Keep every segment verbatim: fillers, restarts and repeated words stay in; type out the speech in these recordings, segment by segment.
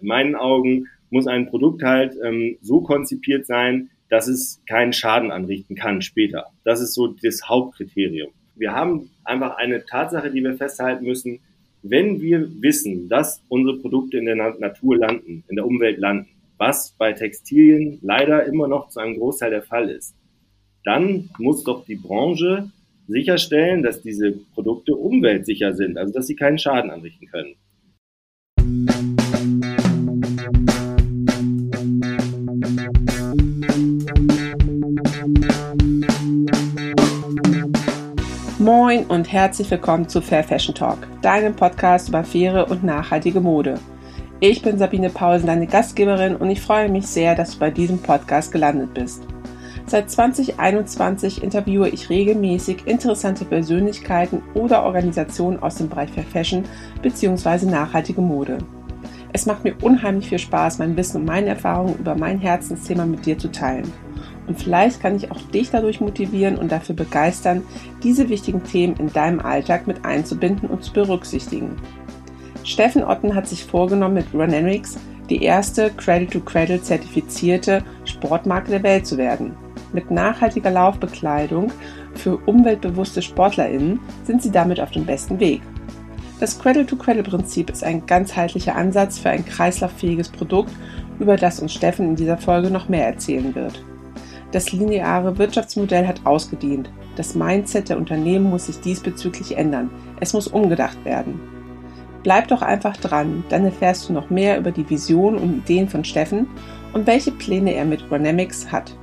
In meinen Augen muss ein Produkt halt ähm, so konzipiert sein, dass es keinen Schaden anrichten kann später. Das ist so das Hauptkriterium. Wir haben einfach eine Tatsache, die wir festhalten müssen. Wenn wir wissen, dass unsere Produkte in der Natur landen, in der Umwelt landen, was bei Textilien leider immer noch zu einem Großteil der Fall ist, dann muss doch die Branche sicherstellen, dass diese Produkte umweltsicher sind, also dass sie keinen Schaden anrichten können. Moin und herzlich willkommen zu Fair Fashion Talk, deinem Podcast über faire und nachhaltige Mode. Ich bin Sabine Paulsen, deine Gastgeberin, und ich freue mich sehr, dass du bei diesem Podcast gelandet bist. Seit zwanzig einundzwanzig interviewe ich regelmäßig interessante Persönlichkeiten oder Organisationen aus dem Bereich Fair Fashion bzw. nachhaltige Mode. Es macht mir unheimlich viel Spaß, mein Wissen und meine Erfahrungen über mein Herzensthema mit dir zu teilen. Und vielleicht kann ich auch dich dadurch motivieren und dafür begeistern, diese wichtigen Themen in deinem Alltag mit einzubinden und zu berücksichtigen. Steffen Otten hat sich vorgenommen, mit Runamics die erste Cradle-to-Cradle zertifizierte Sportmarke der Welt zu werden. Mit nachhaltiger Laufbekleidung für umweltbewusste SportlerInnen sind sie damit auf dem besten Weg. Das Cradle-to-Cradle-Prinzip ist ein ganzheitlicher Ansatz für ein kreislauffähiges Produkt, über das uns Steffen in dieser Folge noch mehr erzählen wird. Das lineare Wirtschaftsmodell hat ausgedient. Das Mindset der Unternehmen muss sich diesbezüglich ändern. Es muss umgedacht werden. Bleib doch einfach dran, dann erfährst du noch mehr über die Vision und Ideen von Steffen und welche Pläne er mit Runamics hat.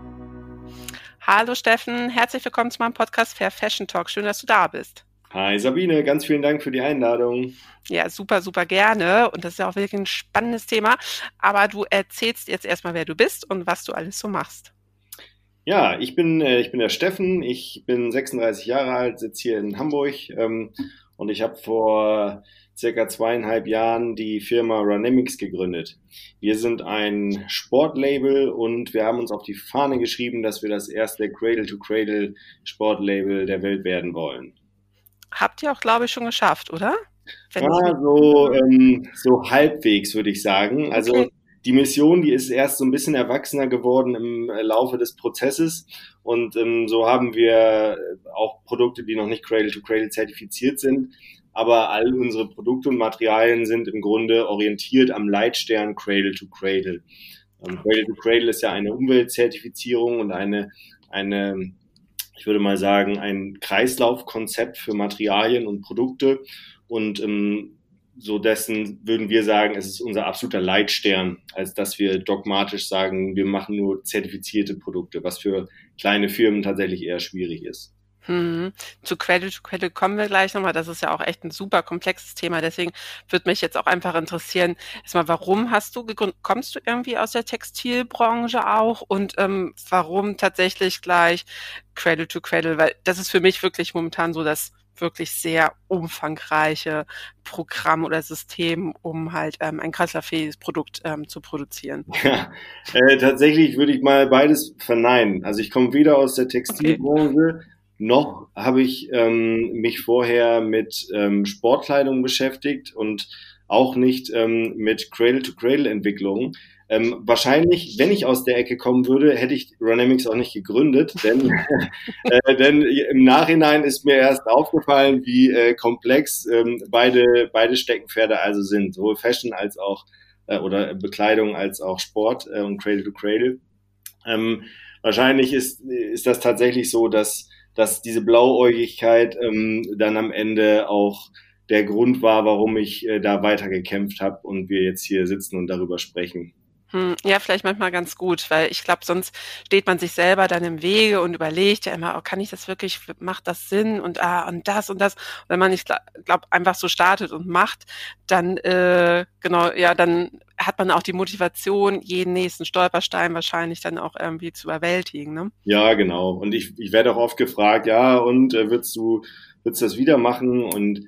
Hallo Steffen, herzlich willkommen zu meinem Podcast Fair Fashion Talk. Schön, dass du da bist. Hi Sabine, ganz vielen Dank für die Einladung. Ja, super, super gerne. Und das ist ja auch wirklich ein spannendes Thema. Aber du erzählst jetzt erstmal, wer du bist und was du alles so machst. Ja, ich bin, äh, ich bin der Steffen, ich bin sechsunddreißig Jahre alt, sitze hier in Hamburg ähm, und ich habe vor circa zweieinhalb Jahren die Firma Runamics gegründet. Wir sind ein Sportlabel und wir haben uns auf die Fahne geschrieben, dass wir das erste Cradle-to-Cradle Sportlabel der Welt werden wollen. Habt ihr auch, glaube ich, schon geschafft, oder? Wenn ja, so, ähm, so halbwegs, würde ich sagen. Also okay. Die Mission, die ist erst so ein bisschen erwachsener geworden im Laufe des Prozesses und ähm, so haben wir auch Produkte, die noch nicht Cradle-to-Cradle zertifiziert sind, aber all unsere Produkte und Materialien sind im Grunde orientiert am Leitstern Cradle-to-Cradle. Ähm, Cradle-to-Cradle ist ja eine Umweltzertifizierung und eine, eine, ich würde mal sagen, ein Kreislaufkonzept für Materialien und Produkte und ähm, so dessen würden wir sagen, es ist unser absoluter Leitstern, als dass wir dogmatisch sagen, wir machen nur zertifizierte Produkte, was für kleine Firmen tatsächlich eher schwierig ist. Hm. Zu Cradle-to-Cradle kommen wir gleich nochmal. Das ist ja auch echt ein super komplexes Thema. Deswegen würde mich jetzt auch einfach interessieren, erstmal, warum hast du gegründet? Kommst du irgendwie aus der Textilbranche auch? Und ähm, warum tatsächlich gleich Cradle-to-Cradle? Weil das ist für mich wirklich momentan so das wirklich sehr umfangreiche Programm oder System, um halt ähm, ein kreislauffähiges Produkt ähm, zu produzieren. Ja, äh, tatsächlich würde ich mal beides verneinen. Also ich komme weder aus der Textilbranche, okay. noch habe ich ähm, mich vorher mit ähm, Sportkleidung beschäftigt und auch nicht ähm, mit Cradle-to-Cradle-Entwicklung. Ähm, wahrscheinlich, wenn ich aus der Ecke kommen würde, hätte ich Runamics auch nicht gegründet, denn, äh, denn im Nachhinein ist mir erst aufgefallen, wie äh, komplex ähm, beide, beide Steckenpferde also sind, sowohl Fashion als auch äh, oder Bekleidung als auch Sport äh, und Cradle-to-Cradle. Ähm, wahrscheinlich ist, ist das tatsächlich so, dass, dass diese Blauäugigkeit ähm, dann am Ende auch der Grund war, warum ich äh, da weiter gekämpft habe und wir jetzt hier sitzen und darüber sprechen. Hm, ja, vielleicht manchmal ganz gut, weil ich glaube, sonst steht man sich selber dann im Wege und überlegt ja immer, oh, kann ich das wirklich, macht das Sinn und ah, und das und das. Und wenn man nicht, glaube einfach so startet und macht, dann, äh, genau, ja, dann hat man auch die Motivation, jeden nächsten Stolperstein wahrscheinlich dann auch irgendwie zu überwältigen, ne? Ja, genau. Und ich, ich werde auch oft gefragt, ja, und äh, würdest du, würdest du das wieder machen? Und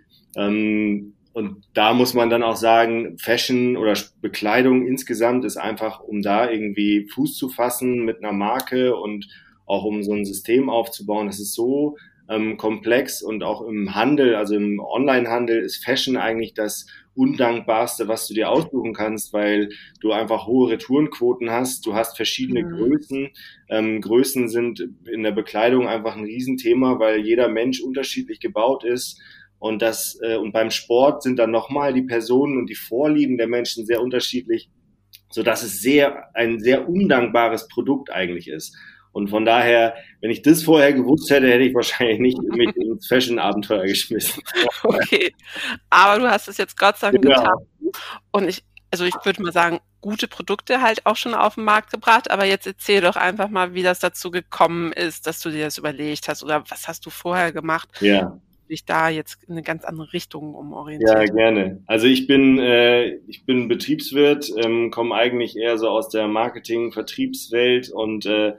ähm, Und da muss man dann auch sagen, Fashion oder Bekleidung insgesamt ist einfach, um da irgendwie Fuß zu fassen mit einer Marke und auch um so ein System aufzubauen, das ist so ähm, komplex und auch im Handel, also im Onlinehandel ist Fashion eigentlich das Undankbarste, was du dir aussuchen kannst, weil du einfach hohe Retourenquoten hast. Du hast verschiedene Mhm. Größen. Ähm, Größen sind in der Bekleidung einfach ein Riesenthema, weil jeder Mensch unterschiedlich gebaut ist. Und das, äh, und beim Sport sind dann nochmal die Personen und die Vorlieben der Menschen sehr unterschiedlich, so dass es sehr, ein sehr undankbares Produkt eigentlich ist. Und von daher, wenn ich das vorher gewusst hätte, hätte ich wahrscheinlich nicht mich ins Fashion-Abenteuer geschmissen. Okay, aber du hast es jetzt Gott sei Dank getan. Genau. Und ich, also ich würde mal sagen, gute Produkte halt auch schon auf den Markt gebracht. Aber jetzt erzähl doch einfach mal, wie das dazu gekommen ist, dass du dir das überlegt hast oder was hast du vorher gemacht, Ja. dich da jetzt in eine ganz andere Richtung Ja, umorientiert. gerne. Also ich bin, äh, ich bin Betriebswirt, ähm, komme eigentlich eher so aus der Marketing-Vertriebswelt und äh,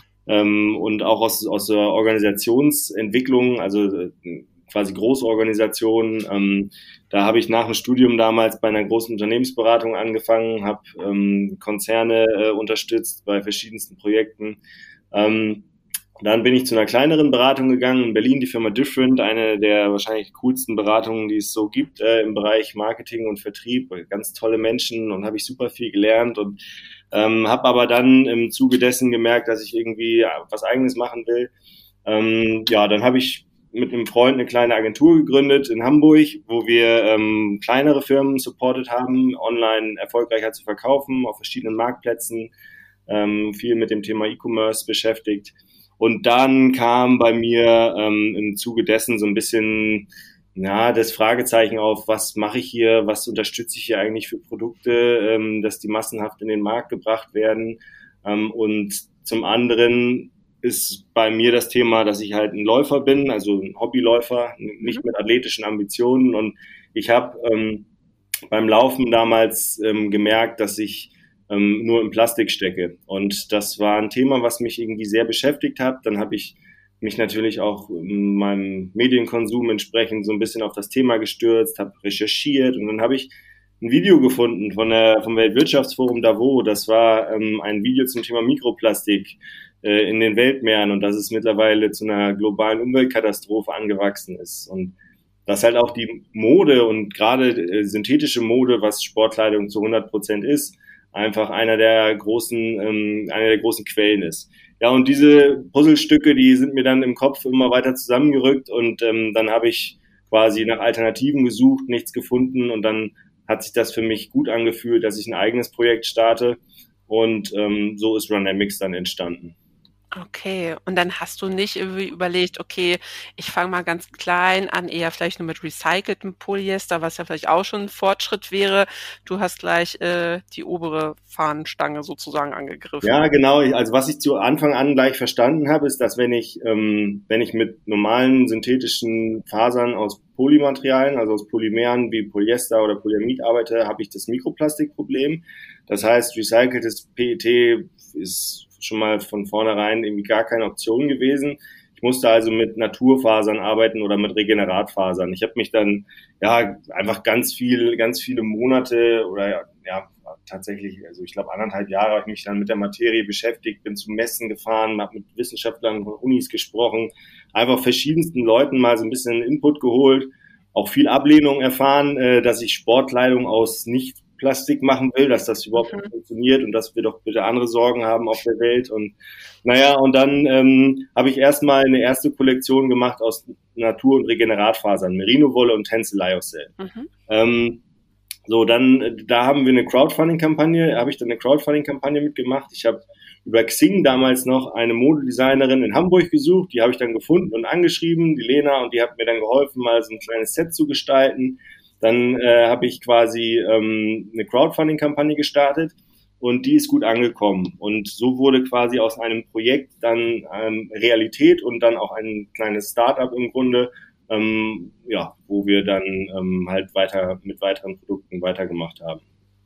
ähm, und auch aus, aus der Organisationsentwicklung, also äh, quasi Großorganisationen. Ähm, da habe ich nach dem Studium damals bei einer großen Unternehmensberatung angefangen, habe ähm, Konzerne äh, unterstützt bei verschiedensten Projekten. Ähm, Dann bin ich zu einer kleineren Beratung gegangen in Berlin, die Firma Different, eine der wahrscheinlich coolsten Beratungen, die es so gibt äh, im Bereich Marketing und Vertrieb. Ganz tolle Menschen und habe ich super viel gelernt und ähm, habe aber dann im Zuge dessen gemerkt, dass ich irgendwie was Eigenes machen will. Ähm, ja, dann habe ich mit einem Freund eine kleine Agentur gegründet in Hamburg, wo wir ähm, kleinere Firmen supportet haben, online erfolgreicher zu verkaufen auf verschiedenen Marktplätzen, ähm, viel mit dem Thema E-Commerce beschäftigt. Und dann kam bei mir ähm, im Zuge dessen so ein bisschen ja, das Fragezeichen auf, was mache ich hier, was unterstütze ich hier eigentlich für Produkte, ähm, dass die massenhaft in den Markt gebracht werden. Ähm, und zum anderen ist bei mir das Thema, dass ich halt ein Läufer bin, also ein Hobbyläufer, Mhm. nicht mit athletischen Ambitionen. Und ich habe ähm, beim Laufen damals ähm, gemerkt, dass ich ähm, nur in Plastik stecke. Und das war ein Thema, was mich irgendwie sehr beschäftigt hat. Dann habe ich mich natürlich auch in meinem Medienkonsum entsprechend so ein bisschen auf das Thema gestürzt, habe recherchiert und dann habe ich ein Video gefunden von der, vom Weltwirtschaftsforum Davos. Das war ähm, ein Video zum Thema Mikroplastik äh, in den Weltmeeren und dass es mittlerweile zu einer globalen Umweltkatastrophe angewachsen ist. Und dass halt auch die Mode und gerade äh, synthetische Mode, was Sportkleidung zu hundert Prozent ist, einfach einer der großen, ähm, einer der großen Quellen ist. Ja, und diese Puzzlestücke, die sind mir dann im Kopf immer weiter zusammengerückt und ähm, dann habe ich quasi nach Alternativen gesucht, nichts gefunden und dann hat sich das für mich gut angefühlt, dass ich ein eigenes Projekt starte und ähm, so ist Runamix dann entstanden. Okay, und dann hast du nicht irgendwie überlegt, okay, ich fange mal ganz klein an, eher vielleicht nur mit recyceltem Polyester, was ja vielleicht auch schon ein Fortschritt wäre. Du hast gleich äh, die obere Fahnenstange sozusagen angegriffen. Ja, genau. Ich- Also was ich zu Anfang an gleich verstanden habe, ist, dass wenn ich, ähm, wenn ich mit normalen synthetischen Fasern aus Polymaterialien, also aus Polymeren wie Polyester oder Polyamid arbeite, habe ich das Mikroplastikproblem. Das heißt, recyceltes P E T ist schon mal von vornherein irgendwie gar keine Option gewesen. Ich musste also mit Naturfasern arbeiten oder mit Regeneratfasern. Ich habe mich dann ja einfach ganz viel, ganz viele Monate oder ja tatsächlich, also ich glaube anderthalb Jahre habe ich mich dann mit der Materie beschäftigt, bin zu Messen gefahren, habe mit Wissenschaftlern von Unis gesprochen, einfach verschiedensten Leuten mal so ein bisschen Input geholt, auch viel Ablehnung erfahren, äh, dass ich Sportkleidung aus nicht Plastik machen will, dass das überhaupt nicht Mhm. funktioniert und dass wir doch bitte andere Sorgen haben auf der Welt. Und naja, und dann ähm, habe ich erstmal eine erste Kollektion gemacht aus Natur- und Regeneratfasern, Merino-Wolle und Tencel Lyocell. Mhm. Ähm, so, dann, äh, da haben wir eine Crowdfunding-Kampagne, habe ich dann eine Crowdfunding-Kampagne mitgemacht. Ich habe über Xing damals noch eine Modedesignerin in Hamburg gesucht, die habe ich dann gefunden und angeschrieben, die Lena, und die hat mir dann geholfen, mal so ein kleines Set zu gestalten. Dann äh, habe ich quasi ähm, eine Crowdfunding-Kampagne gestartet und die ist gut angekommen. Und so wurde quasi aus einem Projekt dann ähm, Realität und dann auch ein kleines Startup im Grunde, ähm, ja, wo wir dann ähm, halt weiter mit weiteren Produkten weitergemacht haben.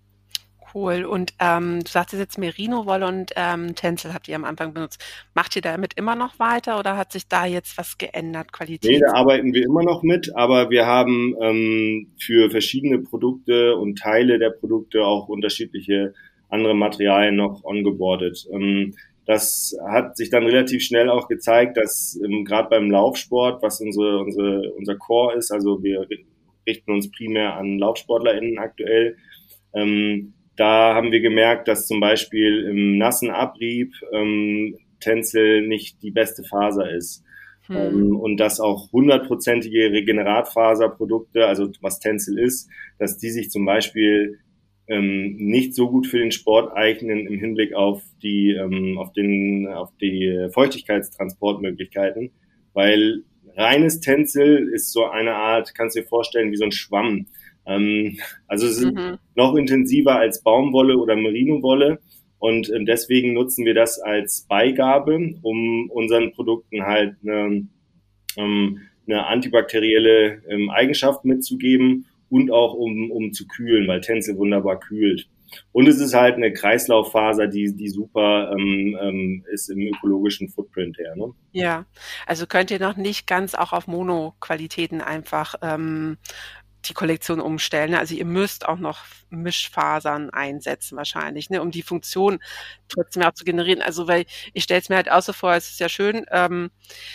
Cool. Und ähm, du sagtest jetzt Merino-Wolle und ähm, Tencel habt ihr am Anfang benutzt. Macht ihr damit immer noch weiter oder hat sich da jetzt was geändert, Nee, da Qualitäts? arbeiten wir immer noch mit, aber wir haben ähm, für verschiedene Produkte und Teile der Produkte auch unterschiedliche andere Materialien noch ongeboardet. Ähm, das hat sich dann relativ schnell auch gezeigt, dass ähm, gerade beim Laufsport, was unsere, unsere, unser Core ist, also wir richten uns primär an LaufsportlerInnen aktuell. Ähm, da haben wir gemerkt, dass zum Beispiel im nassen Abrieb ähm, Tencel nicht die beste Faser ist. Hm. Ähm, und dass auch hundertprozentige Regeneratfaserprodukte, also was Tencel ist, dass die sich zum Beispiel ähm, nicht so gut für den Sport eignen im Hinblick auf die, ähm, auf den, auf die Feuchtigkeitstransportmöglichkeiten, weil reines Tencel ist so eine Art, kannst du dir vorstellen, wie so ein Schwamm. Ähm, also es ist mhm. noch intensiver als Baumwolle oder Merino-Wolle und äh, deswegen nutzen wir das als Beigabe, um unseren Produkten halt eine, ähm, eine antibakterielle ähm, Eigenschaft mitzugeben und auch um, um zu kühlen, weil Tencel wunderbar kühlt. Und es ist halt eine Kreislauffaser, die, die super ähm, ähm, ist im ökologischen Footprint her. Ne? Ja, also könnt ihr noch nicht ganz auch auf Mono-Qualitäten einfach ähm, die Kollektion umstellen. Also ihr müsst auch noch Mischfasern einsetzen wahrscheinlich, ne, um die Funktion trotzdem auch zu generieren. Also weil ich stelle es mir halt auch so vor, es ist ja schön, ähm,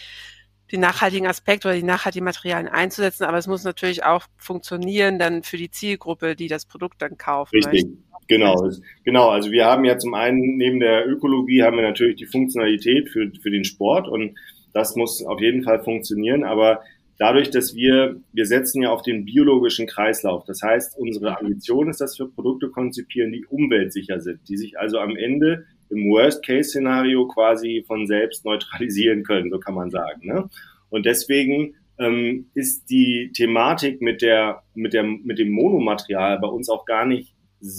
den nachhaltigen Aspekt oder die nachhaltigen Materialien einzusetzen, aber es muss natürlich auch funktionieren dann für die Zielgruppe, die das Produkt dann kaufen Richtig. möchte. Genau, genau. Also wir haben ja zum einen neben der Ökologie haben wir natürlich die Funktionalität für für den Sport und das muss auf jeden Fall funktionieren. Aber dadurch, dass wir wir setzen ja auf den biologischen Kreislauf. Das heißt, unsere Ambition ist, dass wir Produkte konzipieren, die umweltsicher sind, die sich also am Ende im Worst-Case-Szenario quasi von selbst neutralisieren können, so kann man sagen. Ne? Und deswegen ähm, ist die Thematik mit der mit der mit dem Monomaterial bei uns auch gar nicht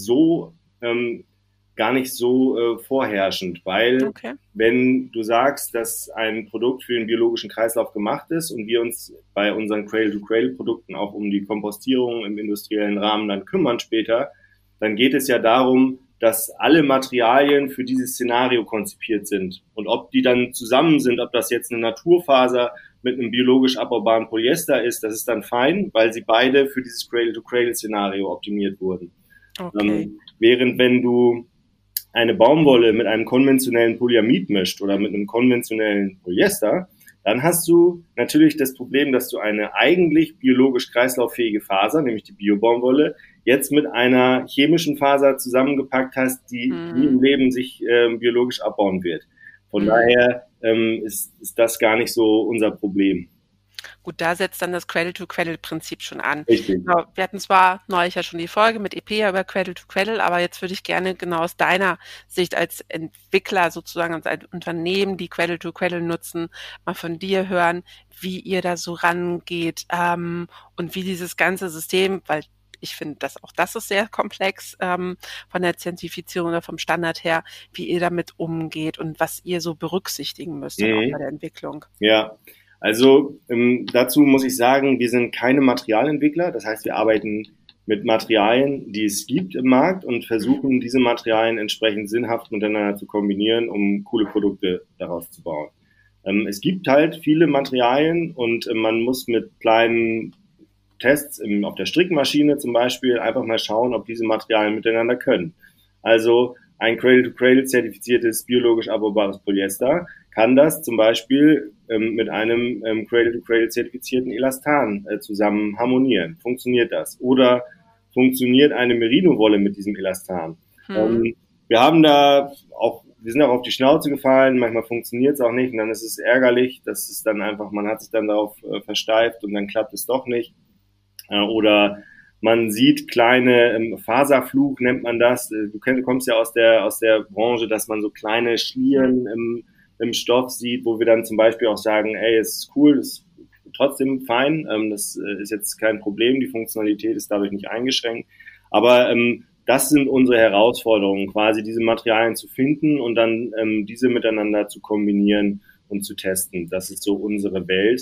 so ähm, gar nicht so äh, vorherrschend, weil okay. wenn du sagst, dass ein Produkt für den biologischen Kreislauf gemacht ist und wir uns bei unseren Cradle-to-Cradle-Produkten auch um die Kompostierung im industriellen Rahmen dann kümmern später, dann geht es ja darum, dass alle Materialien für dieses Szenario konzipiert sind. Und ob die dann zusammen sind, ob das jetzt eine Naturfaser mit einem biologisch abbaubaren Polyester ist, das ist dann fein, weil sie beide für dieses Cradle-to-Cradle-Szenario optimiert wurden. Okay. Ähm, während wenn du eine Baumwolle mit einem konventionellen Polyamid mischt oder mit einem konventionellen Polyester, dann hast du natürlich das Problem, dass du eine eigentlich biologisch kreislauffähige Faser, nämlich die Bio-Baumwolle, jetzt mit einer chemischen Faser zusammengepackt hast, die mm. nie im Leben sich äh, biologisch abbauen wird. Von mm. daher ähm, ist, ist das gar nicht so unser Problem. Gut, da setzt dann das Cradle-to-Cradle-Prinzip schon an. Richtig. Genau, wir hatten zwar neulich ja schon die Folge mit E P A über Cradle-to-Cradle, aber jetzt würde ich gerne genau aus deiner Sicht als Entwickler sozusagen, als ein Unternehmen, die Cradle-to-Cradle nutzen, mal von dir hören, wie ihr da so rangeht ähm, und wie dieses ganze System, weil ich finde, dass auch das ist sehr komplex ähm, von der Zertifizierung oder vom Standard her, wie ihr damit umgeht und was ihr so berücksichtigen müsst mhm. auch bei der Entwicklung. Ja. Also ähm, dazu muss ich sagen, wir sind keine Materialentwickler. Das heißt, wir arbeiten mit Materialien, die es gibt im Markt und versuchen, diese Materialien entsprechend sinnhaft miteinander zu kombinieren, um coole Produkte daraus zu bauen. Ähm, es gibt halt viele Materialien und äh, man muss mit kleinen Tests im, auf der Strickmaschine zum Beispiel einfach mal schauen, ob diese Materialien miteinander können. Also ein Cradle-to-Cradle zertifiziertes biologisch abbaubares Polyester kann das zum Beispiel ähm, mit einem ähm, Cradle-to-Cradle zertifizierten Elastan äh, zusammen harmonieren. Funktioniert das? Oder funktioniert eine Merino-Wolle mit diesem Elastan? Hm. Ähm, wir haben da auch, wir sind auch auf die Schnauze gefallen, manchmal funktioniert es auch nicht und dann ist es ärgerlich, dass es dann einfach, man hat sich dann darauf äh, versteift und dann klappt es doch nicht. Äh, oder man sieht kleine ähm, Faserflug, nennt man das. Du, kenn, du kommst ja aus der aus der Branche, dass man so kleine Schlieren im, im Stoff sieht, wo wir dann zum Beispiel auch sagen, ey, es ist cool, es ist trotzdem fein, ähm, das äh, ist jetzt kein Problem, die Funktionalität ist dadurch nicht eingeschränkt. Aber ähm, das sind unsere Herausforderungen, quasi diese Materialien zu finden und dann ähm, diese miteinander zu kombinieren und zu testen. Das ist so unsere Welt.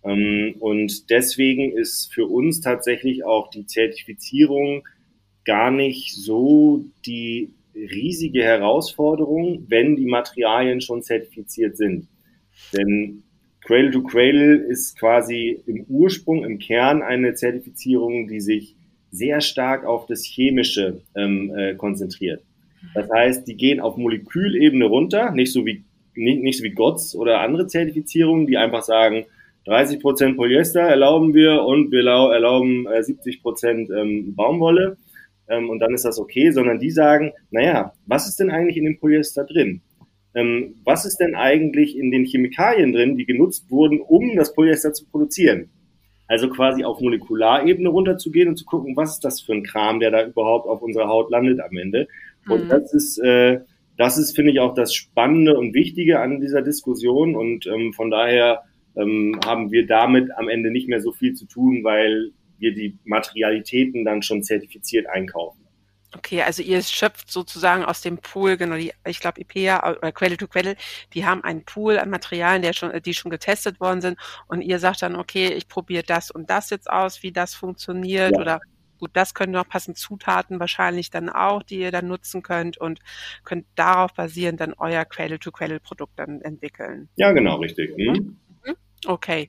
Und deswegen ist für uns tatsächlich auch die Zertifizierung gar nicht so die riesige Herausforderung, wenn die Materialien schon zertifiziert sind. Denn Cradle to Cradle ist quasi im Ursprung, im Kern eine Zertifizierung, die sich sehr stark auf das Chemische ähm, äh, konzentriert. Das heißt, die gehen auf Molekülebene runter, nicht so wie nicht, nicht so wie G O T S oder andere Zertifizierungen, die einfach sagen, dreißig Prozent Polyester erlauben wir und wir erlauben äh, siebzig Prozent ähm, Baumwolle ähm, und dann ist das okay, sondern die sagen, naja, was ist denn eigentlich in dem Polyester drin? Ähm, was ist denn eigentlich in den Chemikalien drin, die genutzt wurden, um das Polyester zu produzieren? Also quasi auf Molekularebene runterzugehen und zu gucken, was ist das für ein Kram, der da überhaupt auf unserer Haut landet am Ende. Und mhm. das ist, äh, das ist, finde ich, auch das Spannende und Wichtige an dieser Diskussion. Und ähm, von daher ähm, haben wir damit am Ende nicht mehr so viel zu tun, weil wir die Materialitäten dann schon zertifiziert einkaufen. Okay, also ihr schöpft sozusagen aus dem Pool, genau, die, ich glaube, I P E A oder Quelle to Quelle, die haben einen Pool an Materialien, der schon, die schon getestet worden sind und ihr sagt dann, okay, ich probiere das und das jetzt aus, wie das funktioniert ja. Oder gut, das können noch passend Zutaten wahrscheinlich dann auch, die ihr dann nutzen könnt und könnt darauf basierend dann euer Quelle to Quelle Produkt dann entwickeln. Ja, genau, richtig. Mhm. Okay.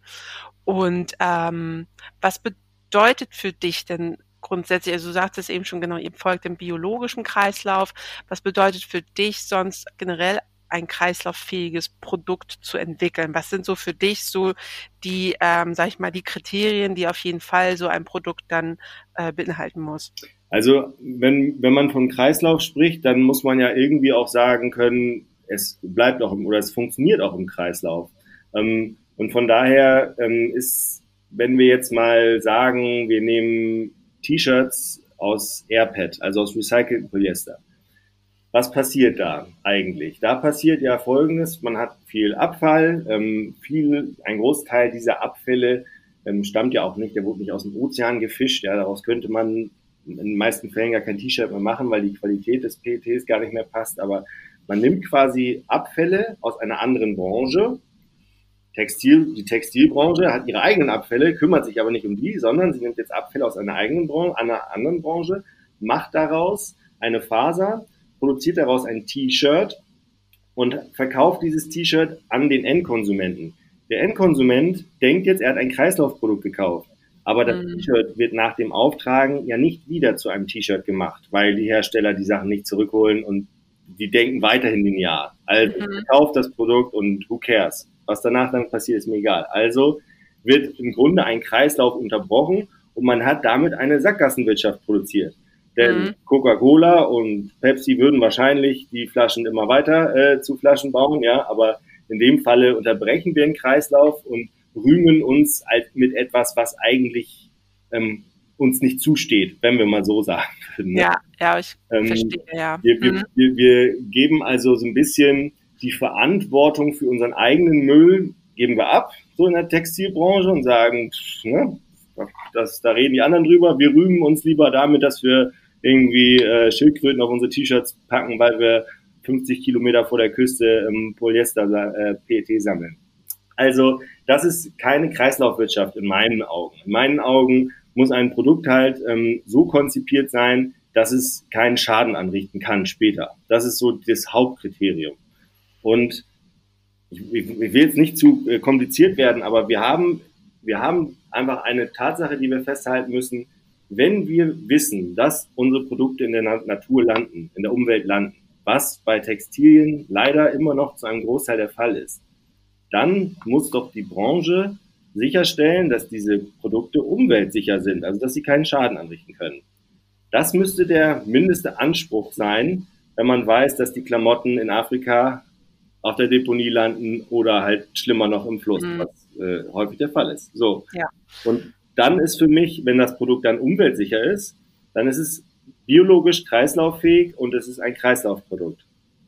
Und ähm, was bedeutet für dich denn grundsätzlich, also du sagtest eben schon genau, ihr folgt dem biologischen Kreislauf. Was bedeutet für dich sonst generell ein kreislauffähiges Produkt zu entwickeln? Was sind so für dich so die, ähm, sag ich mal, die Kriterien, die auf jeden Fall so ein Produkt dann äh, beinhalten muss? Also wenn, wenn man von Kreislauf spricht, dann muss man ja irgendwie auch sagen können, es bleibt auch im, oder es funktioniert auch im Kreislauf. Ähm, und von daher ähm, ist, wenn wir jetzt mal sagen, wir nehmen T-Shirts aus Airpad, also aus recyceltem Polyester. Was passiert da eigentlich? Da passiert ja Folgendes, man hat viel Abfall, ähm, viel, ein Großteil dieser Abfälle ähm, stammt ja auch nicht, der wurde nicht aus dem Ozean gefischt, ja, daraus könnte man in den meisten Fällen gar kein T-Shirt mehr machen, weil die Qualität des P E Ts gar nicht mehr passt, aber man nimmt quasi Abfälle aus einer anderen Branche. Textil, die Textilbranche hat ihre eigenen Abfälle, kümmert sich aber nicht um die, sondern sie nimmt jetzt Abfälle aus einer eigenen Branche, einer anderen Branche, macht daraus eine Faser, produziert daraus ein T-Shirt und verkauft dieses T-Shirt an den Endkonsumenten. Der Endkonsument denkt jetzt, er hat ein Kreislaufprodukt gekauft, aber das mhm. T-Shirt wird nach dem Auftragen ja nicht wieder zu einem T-Shirt gemacht, weil die Hersteller die Sachen nicht zurückholen und die denken weiterhin linear. Also mhm. kauft das Produkt und who cares? Was danach dann passiert, ist mir egal. Also wird im Grunde ein Kreislauf unterbrochen und man hat damit eine Sackgassenwirtschaft produziert. Denn mhm. Coca-Cola und Pepsi würden wahrscheinlich die Flaschen immer weiter äh, zu Flaschen bauen, ja, aber in dem Falle unterbrechen wir den Kreislauf und rühmen uns halt mit etwas, was eigentlich ähm, uns nicht zusteht, wenn wir mal so sagen würden. Ne? Ja, ja, ich ähm, verstehe, ja. Wir, wir, mhm. wir, wir geben also so ein bisschen die Verantwortung für unseren eigenen Müll geben wir ab, so in der Textilbranche und sagen, ne, das, da reden die anderen drüber, wir rühmen uns lieber damit, dass wir irgendwie äh, Schildkröten auf unsere T-Shirts packen, weil wir fünfzig Kilometer vor der Küste ähm, Polyester äh, P E T sammeln. Also das ist keine Kreislaufwirtschaft in meinen Augen. In meinen Augen muss ein Produkt halt ähm, so konzipiert sein, dass es keinen Schaden anrichten kann später. Das ist so das Hauptkriterium. Und ich, ich will jetzt nicht zu äh, kompliziert werden, aber wir haben, wir haben einfach eine Tatsache, die wir festhalten müssen. Wenn wir wissen, dass unsere Produkte in der Na- Natur landen, in der Umwelt landen, was bei Textilien leider immer noch zu einem Großteil der Fall ist, dann muss doch die Branche sicherstellen, dass diese Produkte umweltsicher sind, also dass sie keinen Schaden anrichten können. Das müsste der mindeste Anspruch sein, wenn man weiß, dass die Klamotten in Afrika auf der Deponie landen oder halt schlimmer noch im Fluss, mhm. was äh, häufig der Fall ist. So. Ja. Und dann ist für mich, wenn das Produkt dann umweltsicher ist, dann ist es biologisch kreislauffähig und es ist ein Kreislaufprodukt.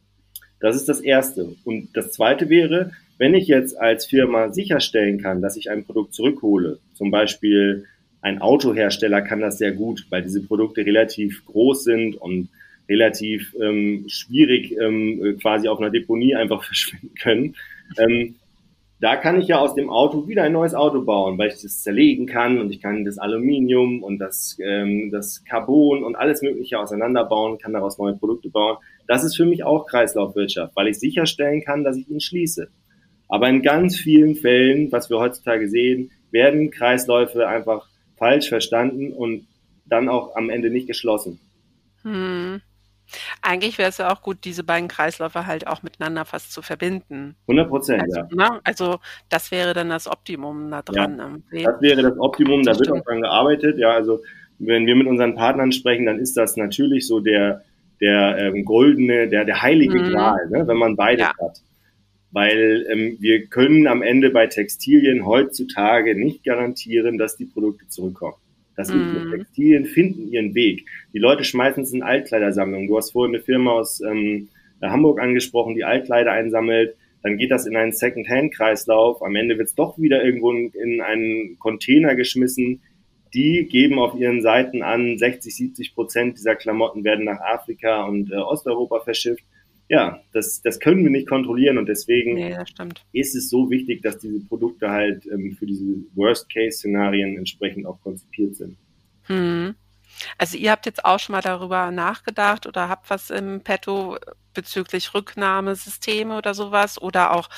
Das ist das Erste. Und das Zweite wäre, wenn ich jetzt als Firma sicherstellen kann, dass ich ein Produkt zurückhole, zum Beispiel ein Autohersteller kann das sehr gut, weil diese Produkte relativ groß sind und relativ ähm, schwierig ähm, quasi auf einer Deponie einfach verschwinden können. Ähm, da kann ich ja aus dem Auto wieder ein neues Auto bauen, weil ich das zerlegen kann und ich kann das Aluminium und das, ähm, das Carbon und alles Mögliche auseinanderbauen, kann daraus neue Produkte bauen. Das ist für mich auch Kreislaufwirtschaft, weil ich sicherstellen kann, dass ich ihn schließe. Aber in ganz vielen Fällen, was wir heutzutage sehen, werden Kreisläufe einfach falsch verstanden und dann auch am Ende nicht geschlossen. Hm. Eigentlich wäre es ja auch gut, diese beiden Kreisläufe halt auch miteinander fast zu verbinden. hundert Prozent, Also, ja. ne? Also, das wäre dann das Optimum da Ja, dran irgendwie. das wäre das Optimum, da Das wird auch stimmt. dran gearbeitet. Ja, also wenn wir mit unseren Partnern sprechen, dann ist das natürlich so der, der ähm, goldene, der, der heilige Mhm. Gral, ne, wenn man beides Ja. hat. Weil ähm, wir können am Ende bei Textilien heutzutage nicht garantieren, dass die Produkte zurückkommen. Das ist, Mhm. Textilien finden ihren Weg. Die Leute schmeißen es in Altkleidersammlungen. Du hast vorhin eine Firma aus ähm, Hamburg angesprochen, die Altkleider einsammelt. Dann geht das in einen Second-Hand-Kreislauf. Am Ende wird es doch wieder irgendwo in, in einen Container geschmissen. Die geben auf ihren Seiten an, sechzig, siebzig Prozent dieser Klamotten werden nach Afrika und äh, Osteuropa verschifft. Ja, das, das können wir nicht kontrollieren und deswegen Nee, das stimmt. ist es so wichtig, dass diese Produkte halt ähm, für diese Worst-Case-Szenarien entsprechend auch konzipiert sind. Mhm. Also ihr habt jetzt auch schon mal darüber nachgedacht oder habt was im Petto bezüglich Rücknahmesysteme oder sowas oder auch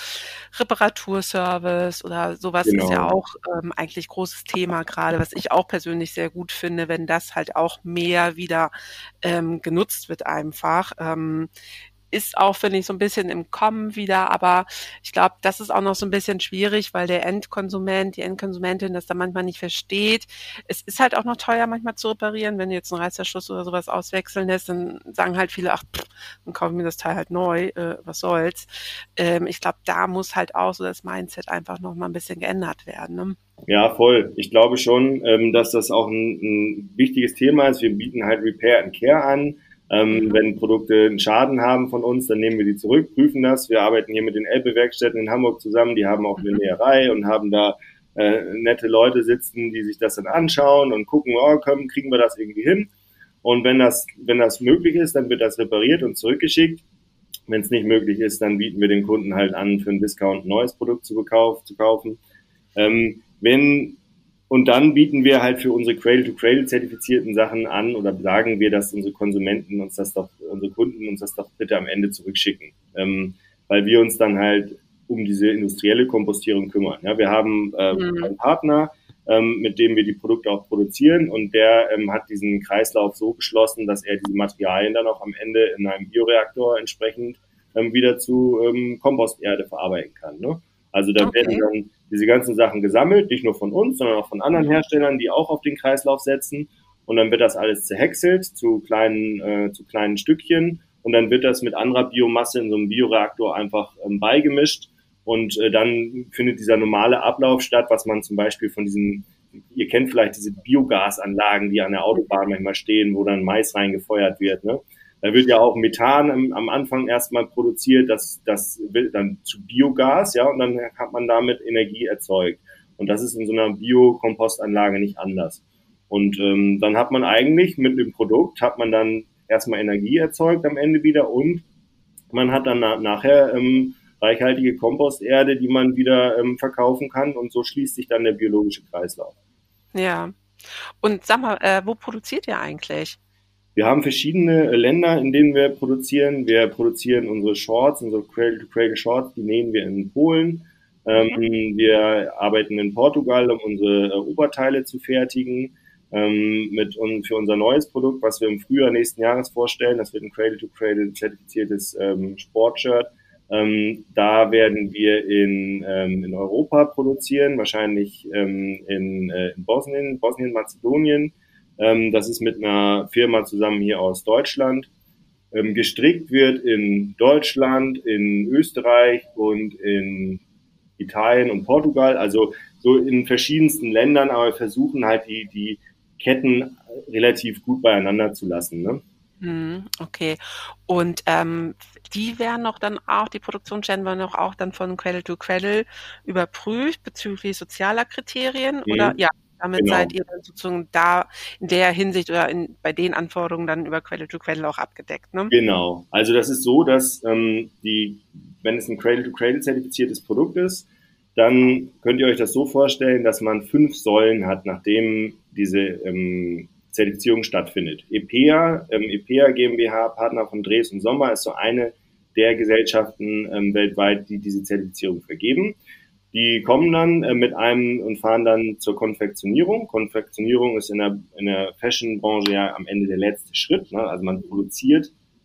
Reparaturservice oder sowas ist ja Genau. auch ähm, eigentlich großes Thema gerade, was ich auch persönlich sehr gut finde, wenn das halt auch mehr wieder ähm, genutzt wird einfach. Ähm, ist auch, finde ich, so ein bisschen im Kommen wieder, aber ich glaube, das ist auch noch so ein bisschen schwierig, weil der Endkonsument, die Endkonsumentin das dann manchmal nicht versteht. Es ist halt auch noch teuer manchmal zu reparieren. Wenn du jetzt einen Reißverschluss oder sowas auswechseln lässt, dann sagen halt viele, ach, pff, dann kaufen wir das Teil halt neu, äh, was soll's. Ähm, ich glaube, da muss halt auch so das Mindset einfach noch mal ein bisschen geändert werden. Ne? Ja, voll. Ich glaube schon, ähm, dass das auch ein, ein wichtiges Thema ist. Wir bieten halt Repair and Care an. Ähm, Mhm. wenn Produkte einen Schaden haben von uns, dann nehmen wir die zurück, prüfen das. Wir arbeiten hier mit den Elbe-Werkstätten in Hamburg zusammen. Die haben auch eine Näherei und haben da äh, nette Leute sitzen, die sich das dann anschauen und gucken, oh, können, kriegen wir das irgendwie hin? Und wenn das, wenn das möglich ist, dann wird das repariert und zurückgeschickt. Wenn es nicht möglich ist, dann bieten wir den Kunden halt an, für einen Discount ein neues Produkt zu, bekauf, zu kaufen. Ähm, wenn und dann bieten wir halt für unsere Cradle-to-Cradle-zertifizierten Sachen an oder sagen wir, dass unsere Konsumenten uns das doch, unsere Kunden uns das doch bitte am Ende zurückschicken, ähm, weil wir uns dann halt um diese industrielle Kompostierung kümmern. Ja, wir haben äh, Mhm. einen Partner, ähm, mit dem wir die Produkte auch produzieren und der ähm, hat diesen Kreislauf so geschlossen, dass er diese Materialien dann auch am Ende in einem Bioreaktor entsprechend ähm, wieder zu ähm, Komposterde verarbeiten kann. Ne? Also da werden Okay. dann diese ganzen Sachen gesammelt, nicht nur von uns, sondern auch von anderen Herstellern, die auch auf den Kreislauf setzen. Und dann wird das alles zerhäckselt zu kleinen, äh, zu kleinen Stückchen. Und dann wird das mit anderer Biomasse in so einem Bioreaktor einfach ähm, beigemischt. Und äh, dann findet dieser normale Ablauf statt, was man zum Beispiel von diesen, ihr kennt vielleicht diese Biogasanlagen, die an der Autobahn manchmal stehen, wo dann Mais reingefeuert wird, ne? Da wird ja auch Methan am, am Anfang erstmal produziert, das, das wird dann zu Biogas, ja, und dann hat man damit Energie erzeugt. Und das ist in so einer Biokompostanlage nicht anders. Und ähm, dann hat man eigentlich mit dem Produkt, hat man dann erstmal Energie erzeugt am Ende wieder und man hat dann na nachher ähm, reichhaltige Komposterde, die man wieder ähm, verkaufen kann und so schließt sich dann der biologische Kreislauf. Ja. Und sag mal, äh, wo produziert ihr eigentlich? Wir haben verschiedene Länder, in denen wir produzieren. Wir produzieren unsere Shorts, unsere Cradle-to-Cradle Shorts, die nähen wir in Polen. Ähm, Mhm. wir arbeiten in Portugal, um unsere äh, Oberteile zu fertigen. Ähm, mit und für unser neues Produkt, was wir im Frühjahr nächsten Jahres vorstellen, das wird ein Cradle-to-Cradle zertifiziertes ähm, Sportshirt. Ähm, da werden wir in, ähm, in Europa produzieren, wahrscheinlich ähm, in, äh, in Bosnien, Bosnien-Mazedonien. Ähm, das ist mit einer Firma zusammen hier aus Deutschland. Ähm, gestrickt wird in Deutschland, in Österreich und in Italien und Portugal, also so in verschiedensten Ländern, aber wir versuchen halt die, die Ketten relativ gut beieinander zu lassen. Ne? Mhm, okay. Und ähm, die werden noch dann auch, die Produktionsstellen werden auch, auch dann von Cradle to Cradle überprüft bezüglich sozialer Kriterien oder Mhm, ja, damit seid genau. ihr dann sozusagen da in der Hinsicht oder in, bei den Anforderungen dann über Cradle to Cradle auch abgedeckt, ne? Genau. Also das ist so, dass ähm, die, wenn es ein Cradle-to-Cradle zertifiziertes Produkt ist, dann könnt ihr euch das so vorstellen, dass man fünf Säulen hat, nachdem diese ähm, Zertifizierung stattfindet. EPEA, ähm, EPEA GmbH, Partner von Dres und Sommer, ist so eine der Gesellschaften ähm, weltweit, die diese Zertifizierung vergeben. Die kommen dann äh, mit einem und fahren dann zur Konfektionierung. Konfektionierung ist in der, in der Fashion-Branche ja am Ende der letzte Schritt. Ne? Also man produziert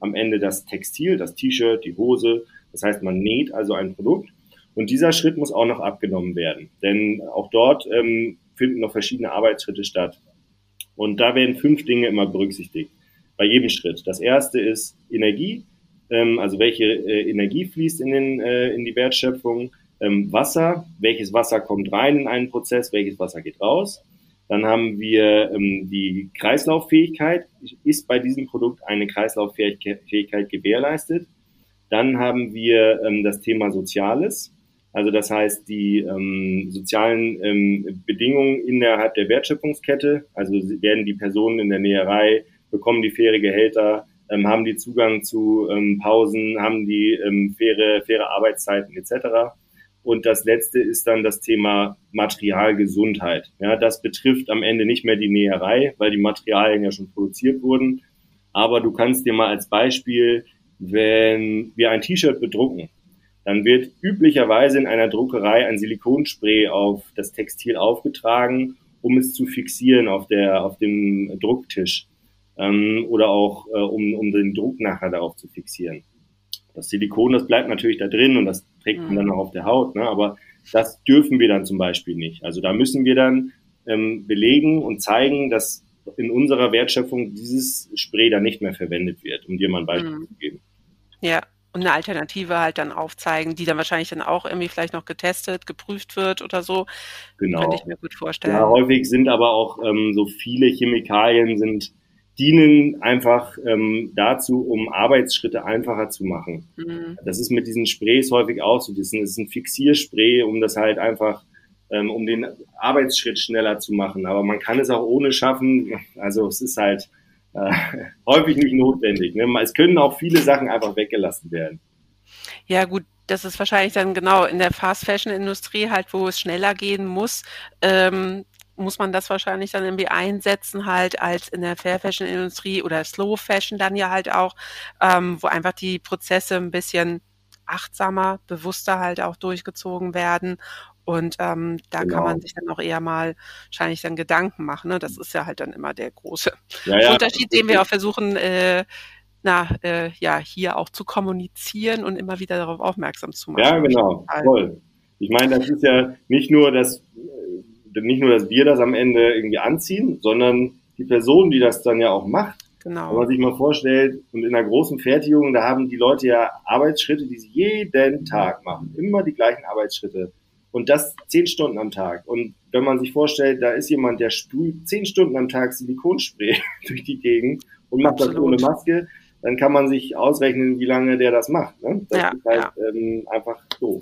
am Ende das Textil, das T-Shirt, die Hose. Das heißt, man näht also ein Produkt. Und dieser Schritt muss auch noch abgenommen werden. Denn auch dort ähm, finden noch verschiedene Arbeitsschritte statt. Und da werden fünf Dinge immer berücksichtigt. Bei jedem Schritt. Das erste ist Energie. Ähm, also welche äh, Energie fließt in, den, äh, in die Wertschöpfung. Ähm, Wasser. Welches Wasser kommt rein in einen Prozess? Welches Wasser geht raus? Dann haben wir ähm, die Kreislauffähigkeit. Ist bei diesem Produkt eine Kreislauffähigkeit gewährleistet? Dann haben wir ähm, das Thema Soziales. Also das heißt, die ähm, sozialen ähm, Bedingungen innerhalb der Wertschöpfungskette, also werden die Personen in der Näherei, bekommen die faire Gehälter, ähm, haben die Zugang zu ähm, Pausen, haben die ähm, faire, faire Arbeitszeiten et cetera. Und das letzte ist dann das Thema Materialgesundheit. Ja, das betrifft am Ende nicht mehr die Näherei, weil die Materialien ja schon produziert wurden. Aber du kannst dir mal als Beispiel, wenn wir ein T-Shirt bedrucken, dann wird üblicherweise in einer Druckerei ein Silikonspray auf das Textil aufgetragen, um es zu fixieren auf der, auf dem Drucktisch, ähm, oder auch, äh, um, um den Druck nachher darauf zu fixieren. Das Silikon, das bleibt natürlich da drin und das trägt man dann auch auf der Haut, ne? Aber das dürfen wir dann zum Beispiel nicht. Also da müssen wir dann ähm, belegen und zeigen, dass in unserer Wertschöpfung dieses Spray dann nicht mehr verwendet wird, um dir mal ein Beispiel Mhm. zu geben. Ja, und eine Alternative halt dann aufzeigen, die dann wahrscheinlich dann auch irgendwie vielleicht noch getestet, geprüft wird oder so. Könnte ich Genau. mir gut Ja, vorstellen. häufig sind aber auch ähm, so viele Chemikalien sind, dienen einfach ähm, dazu, um Arbeitsschritte einfacher zu machen. Mhm. Das ist mit diesen Sprays häufig auch so. Das ist ein, das ist ein Fixierspray, um das halt einfach, ähm, um den Arbeitsschritt schneller zu machen. Aber man kann es auch ohne schaffen. Also es ist halt äh, häufig nicht notwendig. Ne? Es können auch viele Sachen einfach weggelassen werden. Ja gut, das ist wahrscheinlich dann genau in der Fast-Fashion-Industrie halt, wo es schneller gehen muss, ähm, muss man das wahrscheinlich dann irgendwie einsetzen halt als in der Fair-Fashion-Industrie oder Slow-Fashion dann ja halt auch, ähm, wo einfach die Prozesse ein bisschen achtsamer, bewusster halt auch durchgezogen werden. Und ähm, da kann man Genau. sich dann auch eher mal wahrscheinlich dann Gedanken machen. Ne? Das ist ja halt dann immer der große Ja, ja, Unterschied, den wir auch versuchen, äh, na, äh, ja, hier auch zu kommunizieren und immer wieder darauf aufmerksam zu machen. ja, Auf jeden genau, Fall. voll. Ich meine, das ist ja nicht nur, dass äh, nicht nur, dass wir das am Ende irgendwie anziehen, sondern die Person, die das dann ja auch macht. Wenn Genau. man sich mal vorstellt, und in einer großen Fertigung, da haben die Leute ja Arbeitsschritte, die sie jeden Tag machen. Immer die gleichen Arbeitsschritte. Und das zehn Stunden am Tag. Und wenn man sich vorstellt, da ist jemand, der sprüht zehn Stunden am Tag Silikonspray durch die Gegend und macht das ohne Absolut. Maske, dann kann man sich ausrechnen, wie lange der das macht. Ne? Das Ja, ist halt ja. ähm, einfach doof.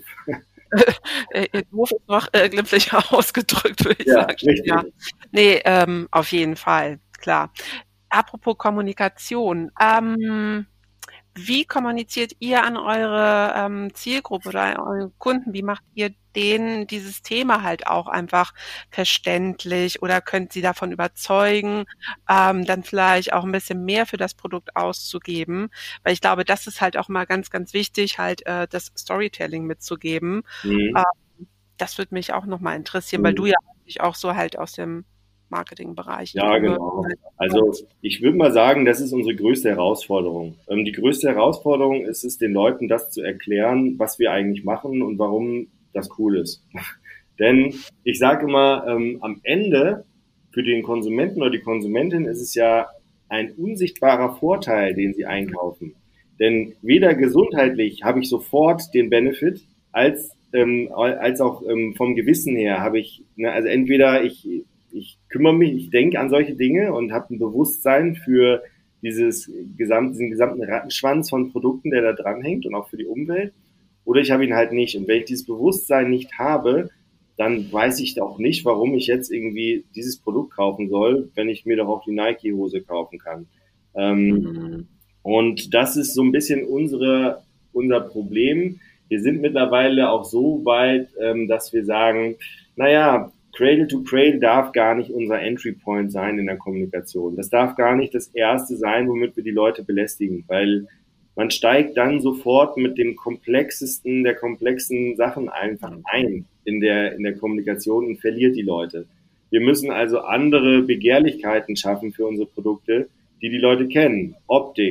Äh, äh, doof ist noch äh, glimpflicher ausgedrückt, würde ich Ja, sagen. richtig. Ja. Nee, ähm, auf jeden Fall, klar. Apropos Kommunikation, ähm, wie kommuniziert ihr an eure ähm, Zielgruppe oder an eure Kunden? Wie macht ihr denen dieses Thema halt auch einfach verständlich oder könnt sie davon überzeugen, ähm, dann vielleicht auch ein bisschen mehr für das Produkt auszugeben? Weil ich glaube, das ist halt auch mal ganz, ganz wichtig, halt äh, das Storytelling mitzugeben. Mhm. Ähm, das würde mich auch nochmal interessieren, weil Mhm. du ja eigentlich auch so halt aus dem Marketingbereich, Ja, E-Commerce genau. halt Also kommst. ich würde mal sagen, das ist unsere größte Herausforderung. Ähm, die größte Herausforderung ist es, den Leuten das zu erklären, was wir eigentlich machen und warum das cool ist. Denn ich sage immer, ähm, am Ende für den Konsumenten oder die Konsumentin ist es ja ein unsichtbarer Vorteil, den sie einkaufen. Denn weder gesundheitlich habe ich sofort den Benefit, als, ähm, als auch ähm, vom Gewissen her habe ich, ne, also entweder ich ich kümmere mich, ich denke an solche Dinge und habe ein Bewusstsein für dieses gesamt, diesen gesamten Rattenschwanz von Produkten, der da dranhängt und auch für die Umwelt. Oder ich habe ihn halt nicht. Und wenn ich dieses Bewusstsein nicht habe, dann weiß ich auch nicht, warum ich jetzt irgendwie dieses Produkt kaufen soll, wenn ich mir doch auch die Nike-Hose kaufen kann. Ähm, Mhm. und das ist so ein bisschen unsere, unser Problem. Wir sind mittlerweile auch so weit, ähm, dass wir sagen, naja, Cradle to Cradle darf gar nicht unser Entry Point sein in der Kommunikation. Das darf gar nicht das erste sein, womit wir die Leute belästigen, weil man steigt dann sofort mit dem komplexesten der komplexen Sachen einfach ein in der, in der Kommunikation und verliert die Leute. Wir müssen also andere Begehrlichkeiten schaffen für unsere Produkte, die die Leute kennen. Optik,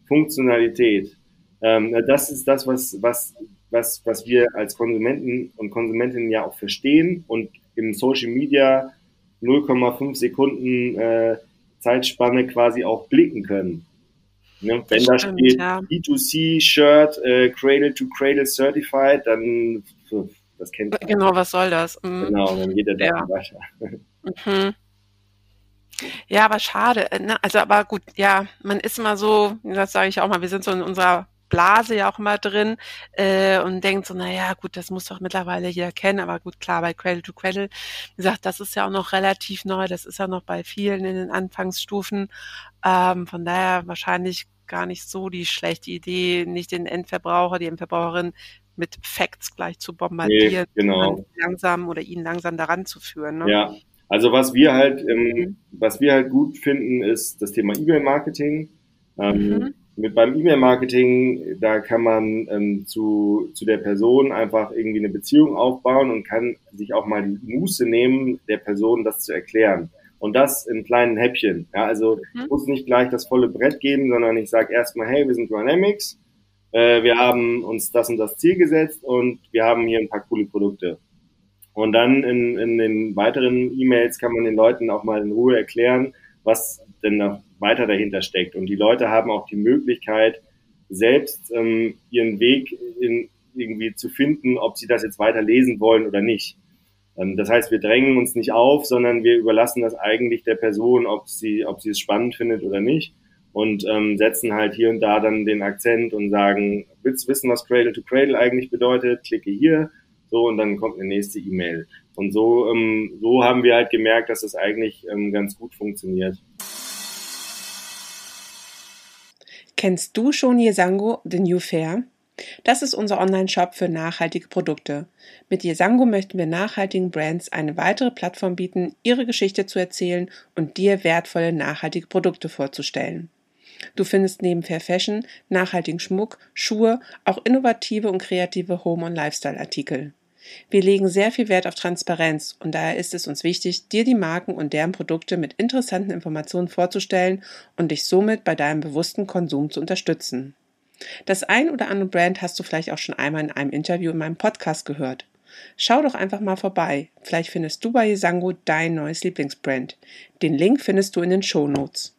Funktionalität. Ähm, das ist das, was, was, was, was wir als Konsumenten und Konsumentinnen ja auch verstehen und im Social Media null Komma fünf Sekunden äh, Zeitspanne quasi auch blicken können. Ne? Wenn da steht ja. B zwei C Shirt, äh, Cradle to Cradle Certified, dann das kennt man. Genau, was soll das? Mhm. Genau, dann geht der da ja. weiter. Mhm. Ja, aber schade. Ne? Also, aber gut, ja, man ist immer so, das sage ich auch mal, wir sind so in unserer Blase ja auch immer drin äh, und denkt so, naja, gut, das muss doch mittlerweile jeder kennen, aber gut, klar, bei Cradle to Cradle, wie gesagt, das ist ja auch noch relativ neu, das ist ja noch bei vielen in den Anfangsstufen, ähm, von daher wahrscheinlich gar nicht so die schlechte Idee, nicht den Endverbraucher, die Endverbraucherin mit Facts gleich zu bombardieren, nee, genau. langsam oder ihn langsam daran zu führen. Ne? Ja, also was wir halt, ähm, was wir halt gut finden, ist das Thema E-Mail-Marketing. Ähm, mhm. Mit beim E-Mail-Marketing, da kann man ähm, zu, zu der Person einfach irgendwie eine Beziehung aufbauen und kann sich auch mal die Muße nehmen, der Person das zu erklären. Und das in kleinen Häppchen. Ja, also mhm. ich muss nicht gleich das volle Brett geben, sondern ich sage erstmal, hey, wir sind Dynamics, äh, wir haben uns das und das Ziel gesetzt und wir haben hier ein paar coole Produkte. Und dann in, in den weiteren E-Mails kann man den Leuten auch mal in Ruhe erklären, was denn noch weiter dahinter steckt. Und die Leute haben auch die Möglichkeit, selbst ähm, ihren Weg in, irgendwie zu finden, ob sie das jetzt weiter lesen wollen oder nicht. Ähm, das heißt, wir drängen uns nicht auf, sondern wir überlassen das eigentlich der Person, ob sie, ob sie es spannend findet oder nicht. Und ähm, setzen halt hier und da dann den Akzent und sagen, willst du wissen, was Cradle to Cradle eigentlich bedeutet? Klicke hier. So, und dann kommt eine nächste E-Mail. Und so, ähm, so haben wir halt gemerkt, dass das eigentlich ähm, ganz gut funktioniert. Kennst du schon Yesango, The New Fair? Das ist unser Online-Shop für nachhaltige Produkte. Mit Yesango möchten wir nachhaltigen Brands eine weitere Plattform bieten, ihre Geschichte zu erzählen und dir wertvolle, nachhaltige Produkte vorzustellen. Du findest neben Fair Fashion, nachhaltigen Schmuck, Schuhe, auch innovative und kreative Home- und Lifestyle-Artikel. Wir legen sehr viel Wert auf Transparenz und daher ist es uns wichtig, dir die Marken und deren Produkte mit interessanten Informationen vorzustellen und dich somit bei deinem bewussten Konsum zu unterstützen. Das ein oder andere Brand hast du vielleicht auch schon einmal in einem Interview in meinem Podcast gehört. Schau doch einfach mal vorbei. Vielleicht findest du bei Yesango dein neues Lieblingsbrand. Den Link findest du in den Shownotes.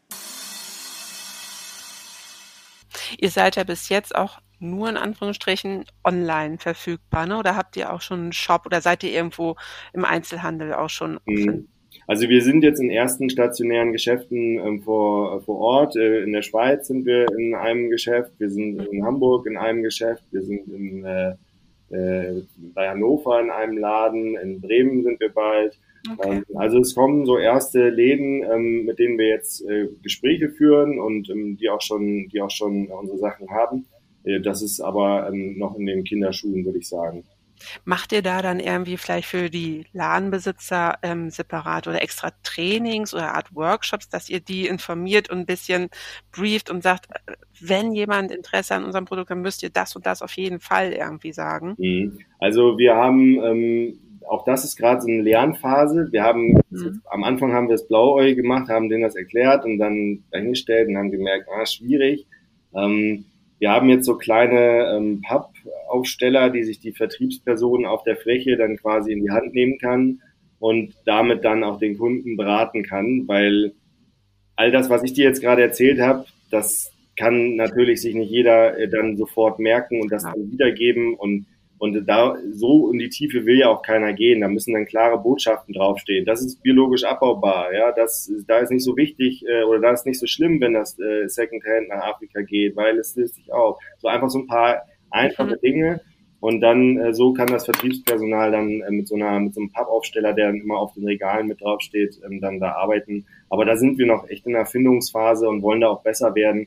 Ihr seid ja bis jetzt auch nur in Anführungsstrichen online verfügbar, ne? Oder habt ihr auch schon einen Shop oder seid ihr irgendwo im Einzelhandel auch schon offen? Also wir sind jetzt in ersten stationären Geschäften ähm, vor, vor Ort. Äh, in der Schweiz sind wir in einem Geschäft, wir sind in Hamburg in einem Geschäft, wir sind in, äh, äh, bei Hannover in einem Laden, in Bremen sind wir bald. Okay. Ähm, also es kommen so erste Läden, ähm, mit denen wir jetzt äh, Gespräche führen und ähm, die auch schon, die auch schon unsere Sachen haben. Das ist aber ähm, noch in den Kinderschuhen, würde ich sagen. Macht ihr da dann irgendwie vielleicht für die Ladenbesitzer ähm, separat oder extra Trainings oder Art Workshops, dass ihr die informiert und ein bisschen brieft und sagt, wenn jemand Interesse an unserem Produkt hat, müsst ihr das und das auf jeden Fall irgendwie sagen? Also wir haben, ähm, auch das ist gerade so eine Lernphase. Wir haben, mhm. am Anfang haben wir das blauäugig gemacht, haben denen das erklärt und dann dahingestellt und haben gemerkt, ah, schwierig. Ähm, Wir haben jetzt so kleine ähm, Pappaufsteller, die sich die Vertriebsperson auf der Fläche dann quasi in die Hand nehmen kann und damit dann auch den Kunden beraten kann, weil all das, was ich dir jetzt gerade erzählt habe, das kann natürlich sich nicht jeder äh, dann sofort merken und das dann wiedergeben und und da so in die Tiefe will ja auch keiner gehen. Da müssen dann klare Botschaften draufstehen. Das ist biologisch abbaubar. Ja, das da ist nicht so wichtig äh, oder da ist nicht so schlimm, wenn das äh, Secondhand nach Afrika geht, weil es löst sich auf. So einfach so ein paar einfache Dinge und dann äh, so kann das Vertriebspersonal dann äh, mit so einer mit so einem Pappaufsteller, der dann immer auf den Regalen mit draufsteht, ähm, dann da arbeiten. Aber da sind wir noch echt in der Erfindungsphase und wollen da auch besser werden.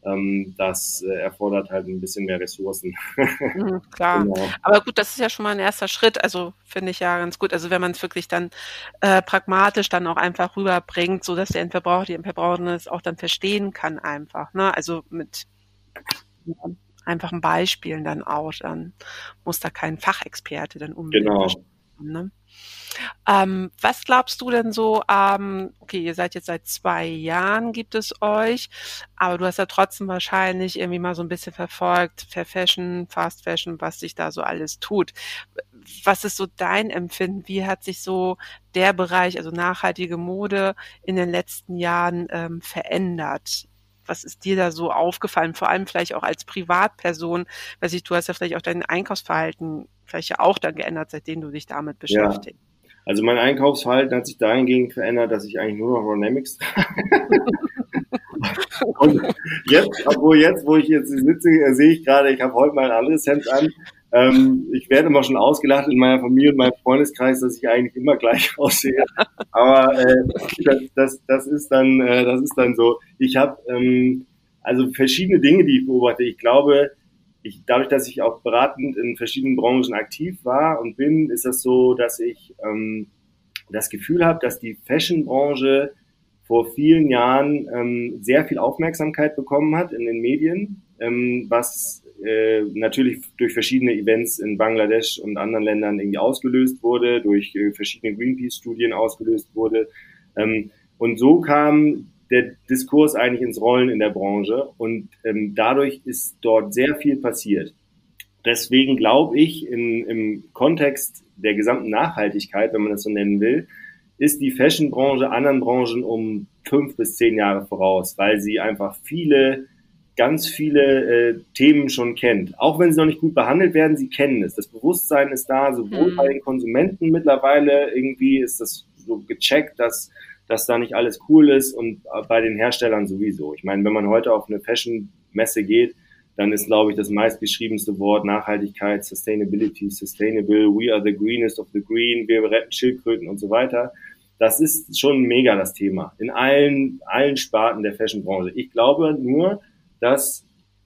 Das erfordert halt ein bisschen mehr Ressourcen. Mhm, klar. Genau. Aber gut, das ist ja schon mal ein erster Schritt. Also finde ich ja ganz gut. Also wenn man es wirklich dann äh, pragmatisch dann auch einfach rüberbringt, so dass der Endverbraucher, die Endverbraucherin es auch dann verstehen kann einfach. Ne? Also mit ja, einfachen Beispielen dann auch. Dann muss da kein Fachexperte dann unbedingt. Genau. Ne? Ähm, was glaubst du denn so, ähm, okay, ihr seid jetzt seit zwei Jahren, gibt es euch, aber du hast ja trotzdem wahrscheinlich irgendwie mal so ein bisschen verfolgt, Fair Fashion, Fast Fashion, was sich da so alles tut. Was ist so dein Empfinden? Wie hat sich so der Bereich, also nachhaltige Mode, in den letzten Jahren ähm, verändert? Was ist dir da so aufgefallen? Vor allem vielleicht auch als Privatperson. Weiß ich, du hast ja vielleicht auch dein Einkaufsverhalten vielleicht ja auch dann geändert, seitdem du dich damit Ja, beschäftigst. also mein Einkaufsverhalten hat sich dahingehend verändert, dass ich eigentlich nur noch Ronamics trage. Und jetzt, obwohl jetzt, wo ich jetzt sitze, äh, sehe ich gerade, ich habe heute mal ein anderes Hemd an. Ähm, ich werde immer schon ausgelacht in meiner Familie und meinem Freundeskreis, dass ich eigentlich immer gleich aussehe. Aber äh, das, das, das ist dann, äh, das ist dann so. Ich habe ähm, also verschiedene Dinge, die ich beobachte. Ich glaube, ich, dadurch, dass ich auch beratend in verschiedenen Branchen aktiv war und bin, ist das so, dass ich ähm, das Gefühl habe, dass die Fashion-Branche vor vielen Jahren ähm, sehr viel Aufmerksamkeit bekommen hat in den Medien, ähm, was äh, natürlich durch verschiedene Events in Bangladesch und anderen Ländern irgendwie ausgelöst wurde, durch äh, verschiedene Greenpeace-Studien ausgelöst wurde. Ähm, und so kam der Diskurs eigentlich ins Rollen in der Branche und ähm, dadurch ist dort sehr viel passiert. Deswegen glaube ich, in, im Kontext der gesamten Nachhaltigkeit, wenn man das so nennen will, ist die Fashion-Branche anderen Branchen um fünf bis zehn Jahre voraus, weil sie einfach viele, ganz viele äh, Themen schon kennt. Auch wenn sie noch nicht gut behandelt werden, sie kennen es. Das Bewusstsein ist da, sowohl Mhm. bei den Konsumenten mittlerweile irgendwie ist das so gecheckt, dass, dass da nicht alles cool ist und bei den Herstellern sowieso. Ich meine, wenn man heute auf eine Fashion-Messe geht, dann ist, glaube ich, das meistgeschriebenste Wort Nachhaltigkeit, Sustainability, Sustainable, we are the greenest of the green, wir retten Schildkröten und so weiter. Das ist schon mega das Thema in allen, allen Sparten der Fashionbranche. Ich glaube nur, dass,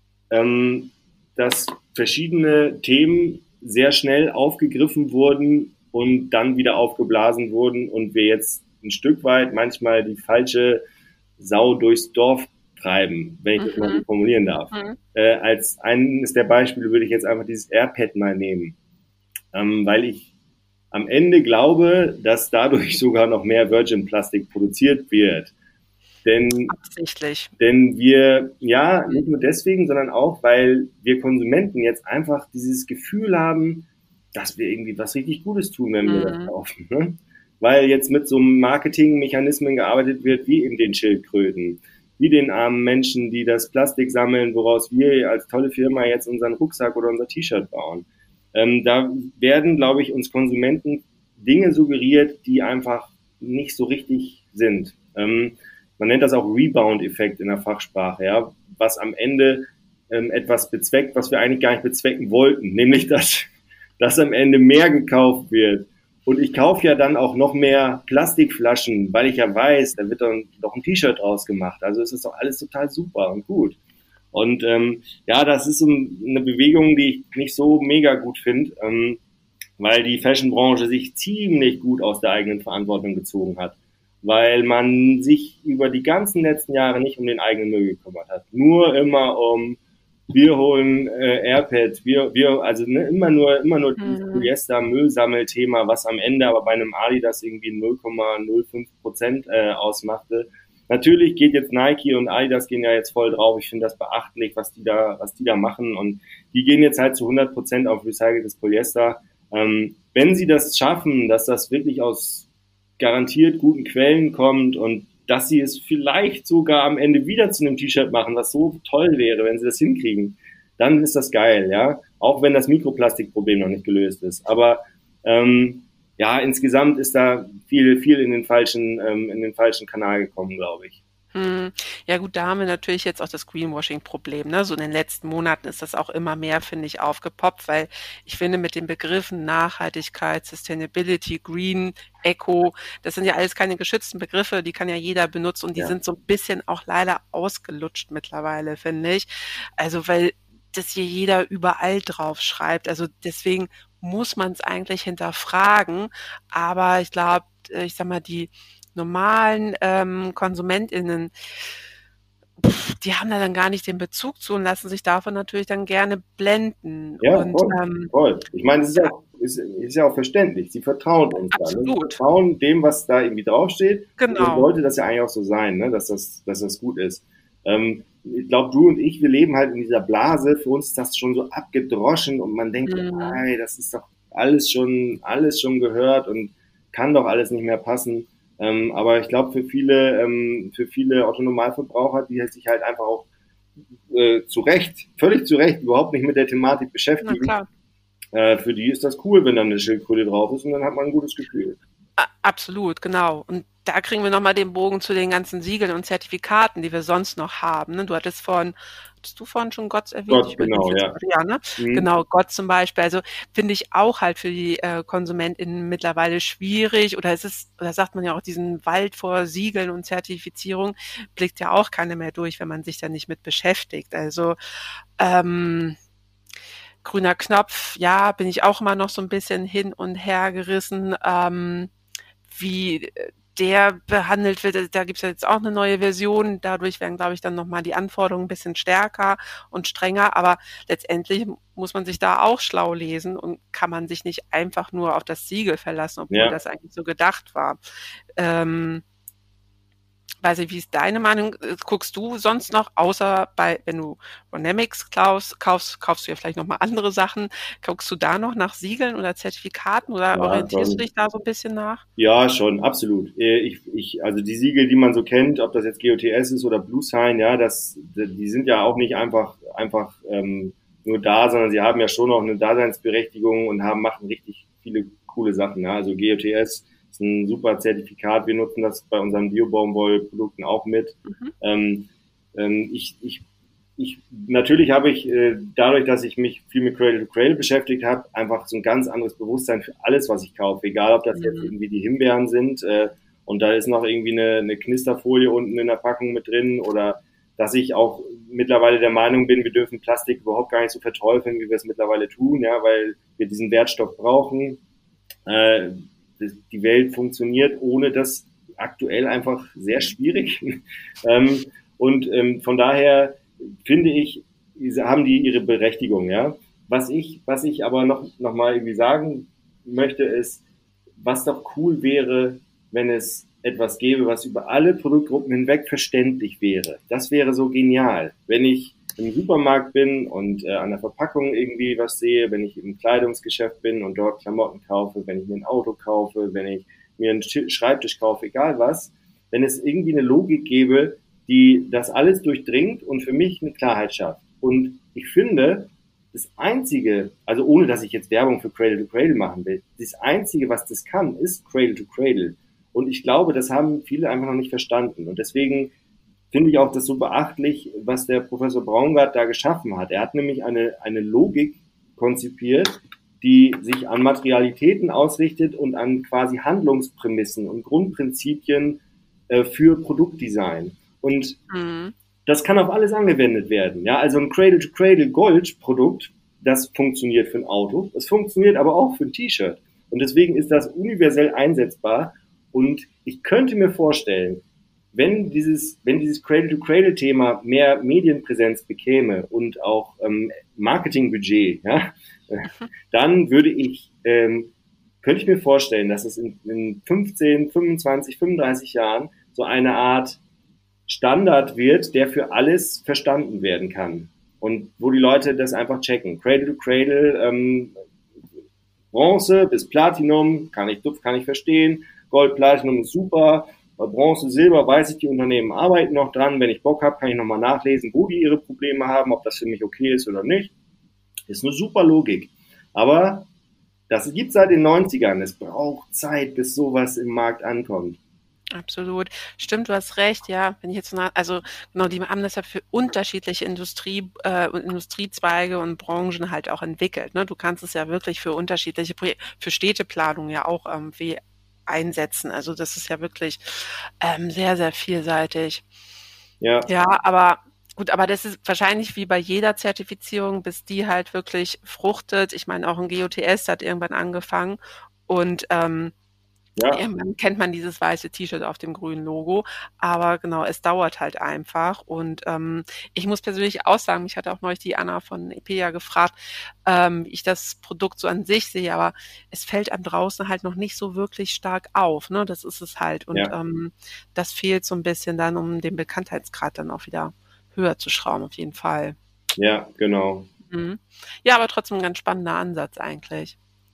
ähm, dass verschiedene Themen sehr schnell aufgegriffen wurden und dann wieder aufgeblasen wurden und wir jetzt ein Stück weit manchmal die falsche Sau durchs Dorf treiben, wenn ich das mal so formulieren darf. Mhm. Äh, als eines der Beispiele würde ich jetzt einfach dieses AirPad mal nehmen, ähm, weil ich am Ende glaube, dass dadurch sogar noch mehr Virgin-Plastik produziert wird. Denn, Absichtlich. denn wir, ja, nicht nur deswegen, sondern auch, weil wir Konsumenten jetzt einfach dieses Gefühl haben, dass wir irgendwie was richtig Gutes tun, wenn wir mhm. das kaufen. Ne? Weil jetzt mit so Marketingmechanismen gearbeitet wird, wie in den Schildkröten, wie den armen Menschen, die das Plastik sammeln, woraus wir als tolle Firma jetzt unseren Rucksack oder unser T-Shirt bauen. Ähm, da werden, glaube ich, uns Konsumenten Dinge suggeriert, die einfach nicht so richtig sind. Ähm, man nennt das auch Rebound-Effekt in der Fachsprache, ja, was am Ende ähm, etwas bezweckt, was wir eigentlich gar nicht bezwecken wollten, nämlich dass, dass am Ende mehr gekauft wird. Und ich kaufe ja dann auch noch mehr Plastikflaschen, weil ich ja weiß, da wird dann doch ein T-Shirt draus gemacht. Also es ist doch alles total super und gut. Und ähm, ja, das ist so eine Bewegung, die ich nicht so mega gut finde, ähm, weil die Fashionbranche sich ziemlich gut aus der eigenen Verantwortung gezogen hat. Weil man sich über die ganzen letzten Jahre nicht um den eigenen Müll gekümmert hat. Nur immer um wir holen äh, AirPads, wir, wir, also ne, immer nur, immer nur dieses Mhm. Polyester-Müllsammelthema, was am Ende aber bei einem Adidas irgendwie null Komma null fünf Prozent äh, ausmachte. Natürlich geht jetzt Nike und Adidas gehen ja jetzt voll drauf. Ich finde das beachtlich, was die da, was die da machen. Und die gehen jetzt halt zu hundert Prozent auf recyceltes Polyester. Ähm, wenn sie das schaffen, dass das wirklich aus garantiert guten Quellen kommt und dass sie es vielleicht sogar am Ende wieder zu einem T-Shirt machen, was so toll wäre, wenn sie das hinkriegen, dann ist das geil, ja. Auch wenn das Mikroplastikproblem noch nicht gelöst ist. Aber ähm, ja, insgesamt ist da viel, viel in den falschen, ähm, in den falschen Kanal gekommen, glaube ich. Hm. Ja gut, da haben wir natürlich jetzt auch das Greenwashing-Problem. Ne? So in den letzten Monaten ist das auch immer mehr, finde ich, aufgepoppt, weil ich finde, mit den Begriffen Nachhaltigkeit, Sustainability, Green, Eco, das sind ja alles keine geschützten Begriffe, die kann ja jeder benutzen und die ja. sind so ein bisschen auch leider ausgelutscht mittlerweile, finde ich. Also weil das hier jeder überall drauf schreibt. Also deswegen muss man es eigentlich hinterfragen. Aber ich glaube, ich sag mal, die normalen ähm, KonsumentInnen, pff, die haben da dann gar nicht den Bezug zu und lassen sich davon natürlich dann gerne blenden. Ja, und, voll, ähm, voll. Ich meine, es ist auch, ist, ist ja auch verständlich. Sie vertrauen uns da. Ne? Sie vertrauen dem, was da irgendwie draufsteht. Genau. Und dann sollte das ja eigentlich auch so sein, ne? dass, das, dass das gut ist. Ähm, ich glaube, du und ich, wir leben halt in dieser Blase. Für uns ist das schon so abgedroschen und man denkt, Mhm. ey, das ist doch alles schon, alles schon gehört und kann doch alles nicht mehr passen. Ähm, aber ich glaube, für viele, ähm, für viele Autonomalverbraucher, die sich halt einfach auch äh, zu Recht, völlig zu Recht, überhaupt nicht mit der Thematik beschäftigen, Na klar. äh, für die ist das cool, wenn dann eine Schildkröte drauf ist und dann hat man ein gutes Gefühl. A- Absolut, genau. Und da kriegen wir nochmal den Bogen zu den ganzen Siegeln und Zertifikaten, die wir sonst noch haben. Ne? Du hattest vorhin, hattest du vorhin schon Gott erwähnt? Gott, genau, ja. ja ne? Mhm. Genau, Gott zum Beispiel. Also finde ich auch halt für die äh, KonsumentInnen mittlerweile schwierig. Oder es ist, oder sagt man ja auch, diesen Wald vor Siegeln und Zertifizierung blickt ja auch keiner mehr durch, wenn man sich da nicht mit beschäftigt. Also ähm, grüner Knopf, ja, bin ich auch immer noch so ein bisschen hin und her gerissen. Ähm, wie der behandelt wird, da gibt es ja jetzt auch eine neue Version, dadurch werden, glaube ich, dann nochmal die Anforderungen ein bisschen stärker und strenger, aber letztendlich muss man sich da auch schlau lesen und kann man sich nicht einfach nur auf das Siegel verlassen, obwohl Ja. das eigentlich so gedacht war. Ähm, weiß nicht, wie ist deine Meinung? Guckst du sonst noch, außer bei, wenn du Ronamics kaufst, kaufst, kaufst du ja vielleicht nochmal andere Sachen, guckst du da noch nach Siegeln oder Zertifikaten oder Ja, orientierst schon. du dich da so ein bisschen nach? Ja, schon, absolut. Äh, Ich, ich, also die Siegel, die man so kennt, ob das jetzt G O T S ist oder BlueSign, ja, das, die sind ja auch nicht einfach, einfach ähm, nur da, sondern sie haben ja schon auch eine Daseinsberechtigung und haben, machen richtig viele coole Sachen. Ja. Also G O T S ist ein super Zertifikat. Wir nutzen das bei unseren Bio-Baumwollprodukten auch mit. Mhm. Ähm, ähm, ich, ich, ich, natürlich habe ich äh, dadurch, dass ich mich viel mit Cradle to Cradle beschäftigt habe, einfach so ein ganz anderes Bewusstsein für alles, was ich kaufe. Egal, ob das Mhm. jetzt irgendwie die Himbeeren sind äh, und da ist noch irgendwie eine, eine Knisterfolie unten in der Packung mit drin oder dass ich auch mittlerweile der Meinung bin, wir dürfen Plastik überhaupt gar nicht so verteufeln, wie wir es mittlerweile tun, ja, weil wir diesen Wertstoff brauchen. Äh, die Welt funktioniert ohne das aktuell einfach sehr schwierig. ähm, und ähm, von daher finde ich, haben die ihre Berechtigung, ja. Was ich, was ich aber noch, noch mal irgendwie sagen möchte, ist, was doch cool wäre, wenn es etwas gäbe, was über alle Produktgruppen hinweg verständlich wäre. Das wäre so genial. Wenn ich im Supermarkt bin und äh, an der Verpackung irgendwie was sehe, wenn ich im Kleidungsgeschäft bin und dort Klamotten kaufe, wenn ich mir ein Auto kaufe, wenn ich mir einen Schreibtisch kaufe, egal was, wenn es irgendwie eine Logik gäbe, die das alles durchdringt und für mich eine Klarheit schafft. Und ich finde, das Einzige, also ohne dass ich jetzt Werbung für Cradle to Cradle machen will, das Einzige, was das kann, ist Cradle to Cradle. Und ich glaube, das haben viele einfach noch nicht verstanden. Und deswegen finde ich auch das so beachtlich, was der Professor Braungart da geschaffen hat. Er hat nämlich eine, eine Logik konzipiert, die sich an Materialitäten ausrichtet und an quasi Handlungsprämissen und Grundprinzipien äh, für Produktdesign. Und mhm. das kann auf alles angewendet werden. Ja, also ein Cradle-to-Cradle-Gold-Produkt, das funktioniert für ein Auto, es funktioniert aber auch für ein T-Shirt. Und deswegen ist das universell einsetzbar. Und ich könnte mir vorstellen, wenn dieses, wenn dieses Cradle-to-Cradle-Thema mehr Medienpräsenz bekäme und auch ähm, Marketingbudget, ja, dann würde ich, ähm, könnte ich mir vorstellen, dass es in, in fünfzehn, fünfundzwanzig, fünfunddreißig Jahren so eine Art Standard wird, der für alles verstanden werden kann. Und wo die Leute das einfach checken. Cradle to Cradle, ähm, Bronze bis Platinum, kann ich, kann ich verstehen. Gold, Platinum ist super. Bei Bronze, Silber weiß ich, die Unternehmen arbeiten noch dran. Wenn ich Bock habe, kann ich nochmal nachlesen, wo die ihre Probleme haben, ob das für mich okay ist oder nicht. Ist eine super Logik. Aber das gibt es seit den neunzigern. Es braucht Zeit, bis sowas im Markt ankommt. Absolut. Stimmt, du hast recht, ja. Wenn ich jetzt nach, also genau, die haben das ja für unterschiedliche Industrie, äh, Industriezweige und Branchen halt auch entwickelt. Ne? Du kannst es ja wirklich für unterschiedliche Projekte, für Städteplanung ja auch irgendwie einsetzen. Also das ist ja wirklich ähm, sehr, sehr vielseitig. Ja. Ja, aber gut, aber das ist wahrscheinlich wie bei jeder Zertifizierung, bis die halt wirklich fruchtet. Ich meine, auch ein G O T S hat irgendwann angefangen und ähm, Ja. Irgendwann kennt man dieses weiße T-Shirt auf dem grünen Logo, aber genau, es dauert halt einfach. Und ähm, ich muss persönlich auch sagen, mich hat auch neulich die Anna von Epea gefragt, ähm, wie ich das Produkt so an sich sehe, aber es fällt einem draußen halt noch nicht so wirklich stark auf, ne? Das ist es halt. Und Ja. ähm, das fehlt so ein bisschen dann, um den Bekanntheitsgrad dann auch wieder höher zu schrauben, auf jeden Fall. Ja, genau. Mhm. Ja, aber trotzdem ein ganz spannender Ansatz eigentlich.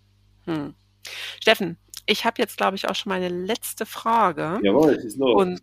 Hm. Steffen, ich habe jetzt, glaube ich, auch schon meine letzte Frage. Jawohl, schieß los. Und,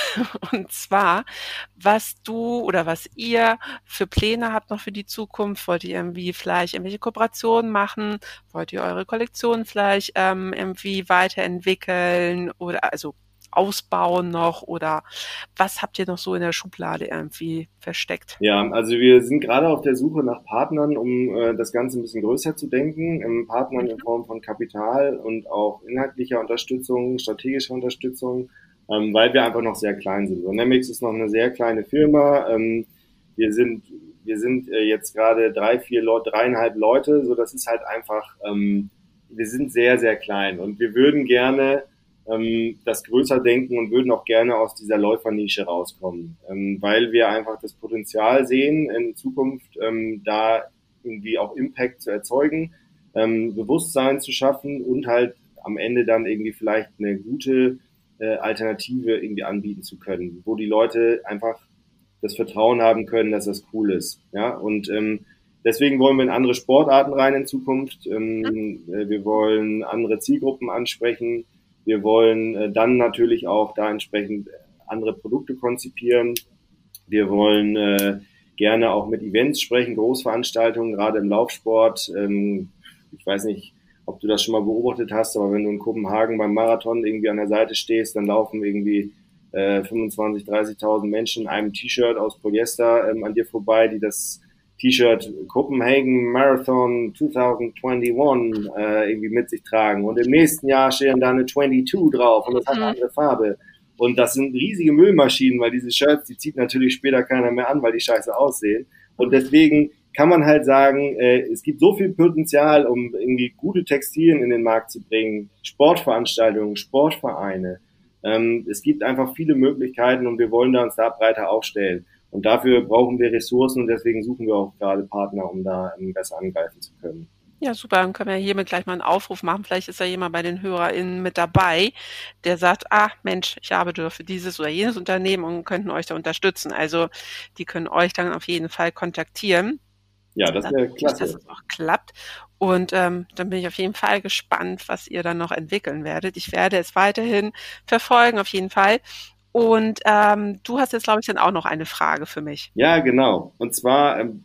und zwar, was du oder was ihr für Pläne habt noch für die Zukunft? Wollt ihr irgendwie vielleicht irgendwelche Kooperationen machen? Wollt ihr eure Kollektion vielleicht ähm, irgendwie weiterentwickeln oder also ausbauen noch? Oder was habt ihr noch so in der Schublade irgendwie versteckt? Ja, also wir sind gerade auf der Suche nach Partnern, um äh, das Ganze ein bisschen größer zu denken. Ähm, Partnern in Form von Kapital und auch inhaltlicher Unterstützung, strategischer Unterstützung, ähm, weil wir einfach noch sehr klein sind. Dynamics ist noch eine sehr kleine Firma. Ähm, wir sind, wir sind äh, jetzt gerade drei, vier Leute, dreieinhalb Leute, so das ist halt einfach, ähm, wir sind sehr, sehr klein und wir würden gerne ähm, das größer denken und würden auch gerne aus dieser Läufernische rauskommen, ähm, weil wir einfach das Potenzial sehen, in Zukunft ähm, da irgendwie auch Impact zu erzeugen, ähm, Bewusstsein zu schaffen und halt am Ende dann irgendwie vielleicht eine gute äh, Alternative irgendwie anbieten zu können, wo die Leute einfach das Vertrauen haben können, dass das cool ist. Ja, und ähm, deswegen wollen wir in andere Sportarten rein in Zukunft. Ähm, äh, wir wollen andere Zielgruppen ansprechen. Wir wollen äh, dann natürlich auch da entsprechend andere Produkte konzipieren. Wir wollen äh, gerne auch mit Events sprechen, Großveranstaltungen, gerade im Laufsport. Ähm, ich weiß nicht, ob du das schon mal beobachtet hast, aber wenn du in Kopenhagen beim Marathon irgendwie an der Seite stehst, dann laufen irgendwie äh, fünfundzwanzig, dreißigtausend Menschen in einem T-Shirt aus Polyester ähm, an dir vorbei, die das T-Shirt Copenhagen Marathon zwanzig einundzwanzig äh, irgendwie mit sich tragen. Und im nächsten Jahr stehen da eine zweiundzwanzig drauf und das hat eine andere Farbe. Und das sind riesige Müllmaschinen, weil diese Shirts, die zieht natürlich später keiner mehr an, weil die scheiße aussehen. Und deswegen kann man halt sagen, äh, es gibt so viel Potenzial, um irgendwie gute Textilien in den Markt zu bringen, Sportveranstaltungen, Sportvereine. Ähm, es gibt einfach viele Möglichkeiten und wir wollen da uns da breiter aufstellen. Und dafür brauchen wir Ressourcen und deswegen suchen wir auch gerade Partner, um da ähm, besser angreifen zu können. Ja, super. Dann können wir hiermit gleich mal einen Aufruf machen. Vielleicht ist ja jemand bei den HörerInnen mit dabei, der sagt, ah, Mensch, ich arbeite für dieses oder jenes Unternehmen und könnten euch da unterstützen. Also, die können euch dann auf jeden Fall kontaktieren. Ja, das wäre klasse. Dass es auch klappt. Und ähm, dann bin ich auf jeden Fall gespannt, was ihr dann noch entwickeln werdet. Ich werde es weiterhin verfolgen, auf jeden Fall. Und ähm, du hast jetzt, glaube ich, dann auch noch eine Frage für mich. Ja, genau. Und zwar, ähm,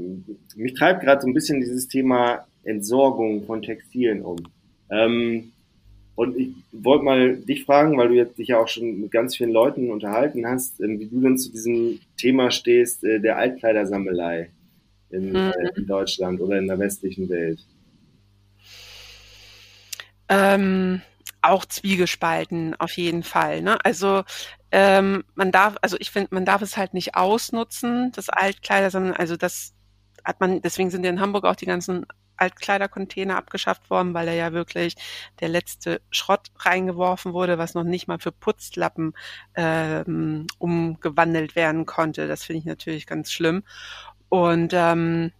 mich treibt gerade so ein bisschen dieses Thema Entsorgung von Textilien um. Ähm, und ich wollte mal dich fragen, weil du jetzt dich ja auch schon mit ganz vielen Leuten unterhalten hast, ähm, wie du denn zu diesem Thema stehst, äh, der Altkleidersammelei in, Hm. äh, in Deutschland oder in der westlichen Welt. Ähm, auch zwiegespalten auf jeden Fall. Ne? Also ähm, man darf, also ich finde, man darf es halt nicht ausnutzen, das Altkleidersammeln. Also das hat man, deswegen sind ja in Hamburg auch die ganzen Altkleidercontainer abgeschafft worden, weil da ja wirklich der letzte Schrott reingeworfen wurde, was noch nicht mal für Putzlappen ähm, umgewandelt werden konnte. Das finde ich natürlich ganz schlimm. Und ähm,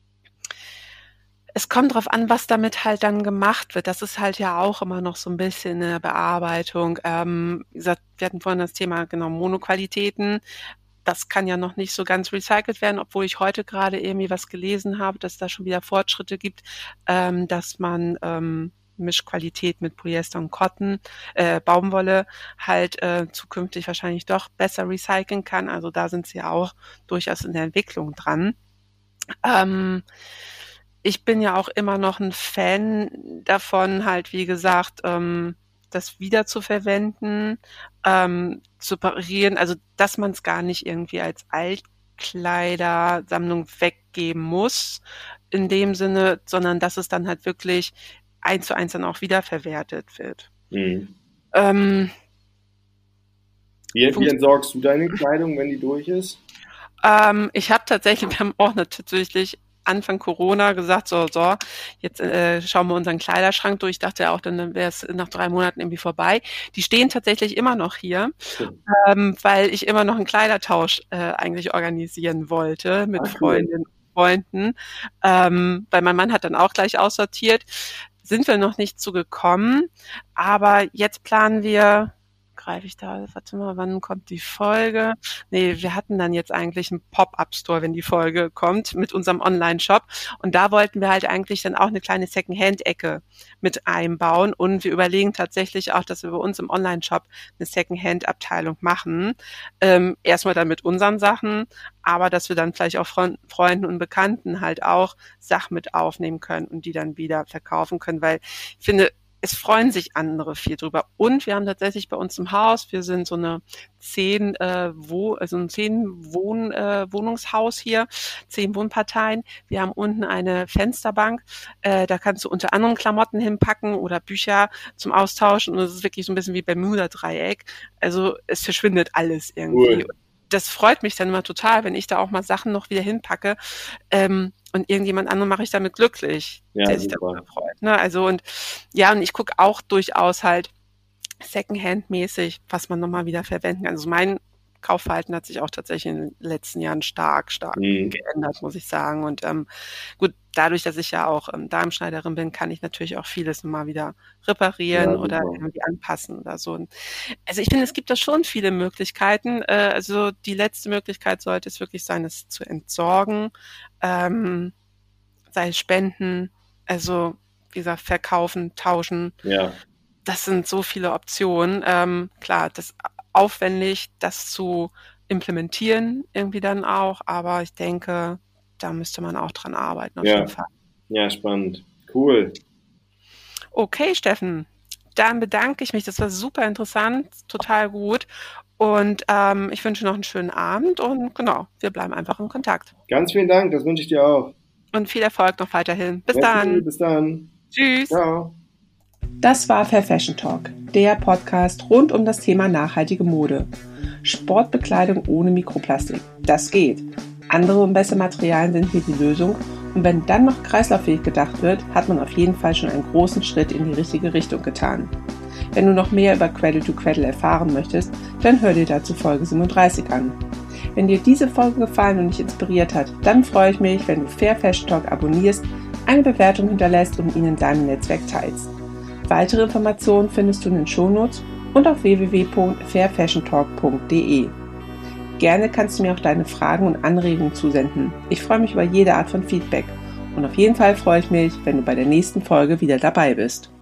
es kommt drauf an, was damit halt dann gemacht wird. Das ist halt ja auch immer noch so ein bisschen eine Bearbeitung. Ähm, wie gesagt, wir hatten vorhin das Thema genau Monoqualitäten. Das kann ja noch nicht so ganz recycelt werden, obwohl ich heute gerade irgendwie was gelesen habe, dass da schon wieder Fortschritte gibt, ähm, dass man ähm, Mischqualität mit Polyester und Cotton, äh, Baumwolle halt äh, zukünftig wahrscheinlich doch besser recyceln kann. Also da sind sie ja auch durchaus in der Entwicklung dran. Ähm, ich bin ja auch immer noch ein Fan davon, halt wie gesagt, ähm, das wieder zu verwenden, ähm, zu parieren, also dass man es gar nicht irgendwie als Altkleidersammlung weggeben muss in dem Sinne, sondern dass es dann halt wirklich eins zu eins dann auch wiederverwertet wird. Mhm. Ähm, Wie, wie entsorgst du deine Kleidung, wenn die durch ist? ähm, ich habe tatsächlich, wir haben auch natürlich Anfang Corona gesagt, so, so, jetzt äh, schauen wir unseren Kleiderschrank durch. Ich dachte ja auch, dann wäre es nach drei Monaten irgendwie vorbei. Die stehen tatsächlich immer noch hier, mhm. ähm, weil ich immer noch einen Kleidertausch äh, eigentlich organisieren wollte mit Ach, Freundinnen und Freunden. Ähm, weil mein Mann hat dann auch gleich aussortiert. Sind wir noch nicht zugekommen, aber jetzt planen wir, greife ich da, warte mal, wann kommt die Folge? Nee, wir hatten dann jetzt eigentlich einen Pop-Up-Store, wenn die Folge kommt, mit unserem Online-Shop. Und da wollten wir halt eigentlich dann auch eine kleine Second-Hand-Ecke mit einbauen. Und wir überlegen tatsächlich auch, dass wir bei uns im Online-Shop eine Second-Hand-Abteilung machen. Ähm, erstmal dann mit unseren Sachen, aber dass wir dann vielleicht auch von Freunden und Bekannten halt auch Sachen mit aufnehmen können und die dann wieder verkaufen können, weil ich finde, es freuen sich andere viel drüber. Und wir haben tatsächlich bei uns im Haus, wir sind so eine zehn, äh, wo, also ein zehn Wohn, äh, Wohnungshaus hier, zehn Wohnparteien. Wir haben unten eine Fensterbank, äh, da kannst du unter anderem Klamotten hinpacken oder Bücher zum Austauschen. Und es ist wirklich so ein bisschen wie Bermuda-Dreieck. Also es verschwindet alles irgendwie. Cool. Das freut mich dann immer total, wenn ich da auch mal Sachen noch wieder hinpacke. Ähm, und irgendjemand anderen mache ich damit glücklich, ja, der sich darüber freut. Ne? Also und ja, und ich gucke auch durchaus halt Secondhand-mäßig, was man nochmal wieder verwenden kann. Also mein Kaufverhalten hat sich auch tatsächlich in den letzten Jahren stark, stark mhm. geändert, muss ich sagen. Und ähm, gut, dadurch, dass ich ja auch ähm, Darmschneiderin bin, kann ich natürlich auch vieles nochmal wieder reparieren ja, oder irgendwie anpassen oder so. Also ich finde, es gibt da schon viele Möglichkeiten. Äh, also die letzte Möglichkeit sollte es wirklich sein, es zu entsorgen, ähm, sei es spenden, also wie gesagt, verkaufen, tauschen. Ja. Das sind so viele Optionen. Ähm, klar, das aufwendig, das zu implementieren irgendwie dann auch, aber ich denke, da müsste man auch dran arbeiten auf ja. jeden Fall. Ja, spannend. Cool. Okay, Steffen, dann bedanke ich mich. Das war super interessant, total gut und ähm, ich wünsche noch einen schönen Abend und genau, wir bleiben einfach in Kontakt. Ganz vielen Dank, das wünsche ich dir auch. Und viel Erfolg noch weiterhin. Bis Merci, dann. Bis dann. Tschüss. Ciao. Das war Fair Fashion Talk, der Podcast rund um das Thema nachhaltige Mode. Sportbekleidung ohne Mikroplastik. Das geht. Andere und bessere Materialien sind hier die Lösung. Und wenn dann noch kreislauffähig gedacht wird, hat man auf jeden Fall schon einen großen Schritt in die richtige Richtung getan. Wenn du noch mehr über Cradle to Cradle erfahren möchtest, dann hör dir dazu Folge siebenunddreißig an. Wenn dir diese Folge gefallen und dich inspiriert hat, dann freue ich mich, wenn du Fair Fashion Talk abonnierst, eine Bewertung hinterlässt und ihn in deinem Netzwerk teilst. Weitere Informationen findest du in den Shownotes und auf w w w punkt fair fashion talk punkt d e. Gerne kannst du mir auch deine Fragen und Anregungen zusenden. Ich freue mich über jede Art von Feedback. Und auf jeden Fall freue ich mich, wenn du bei der nächsten Folge wieder dabei bist.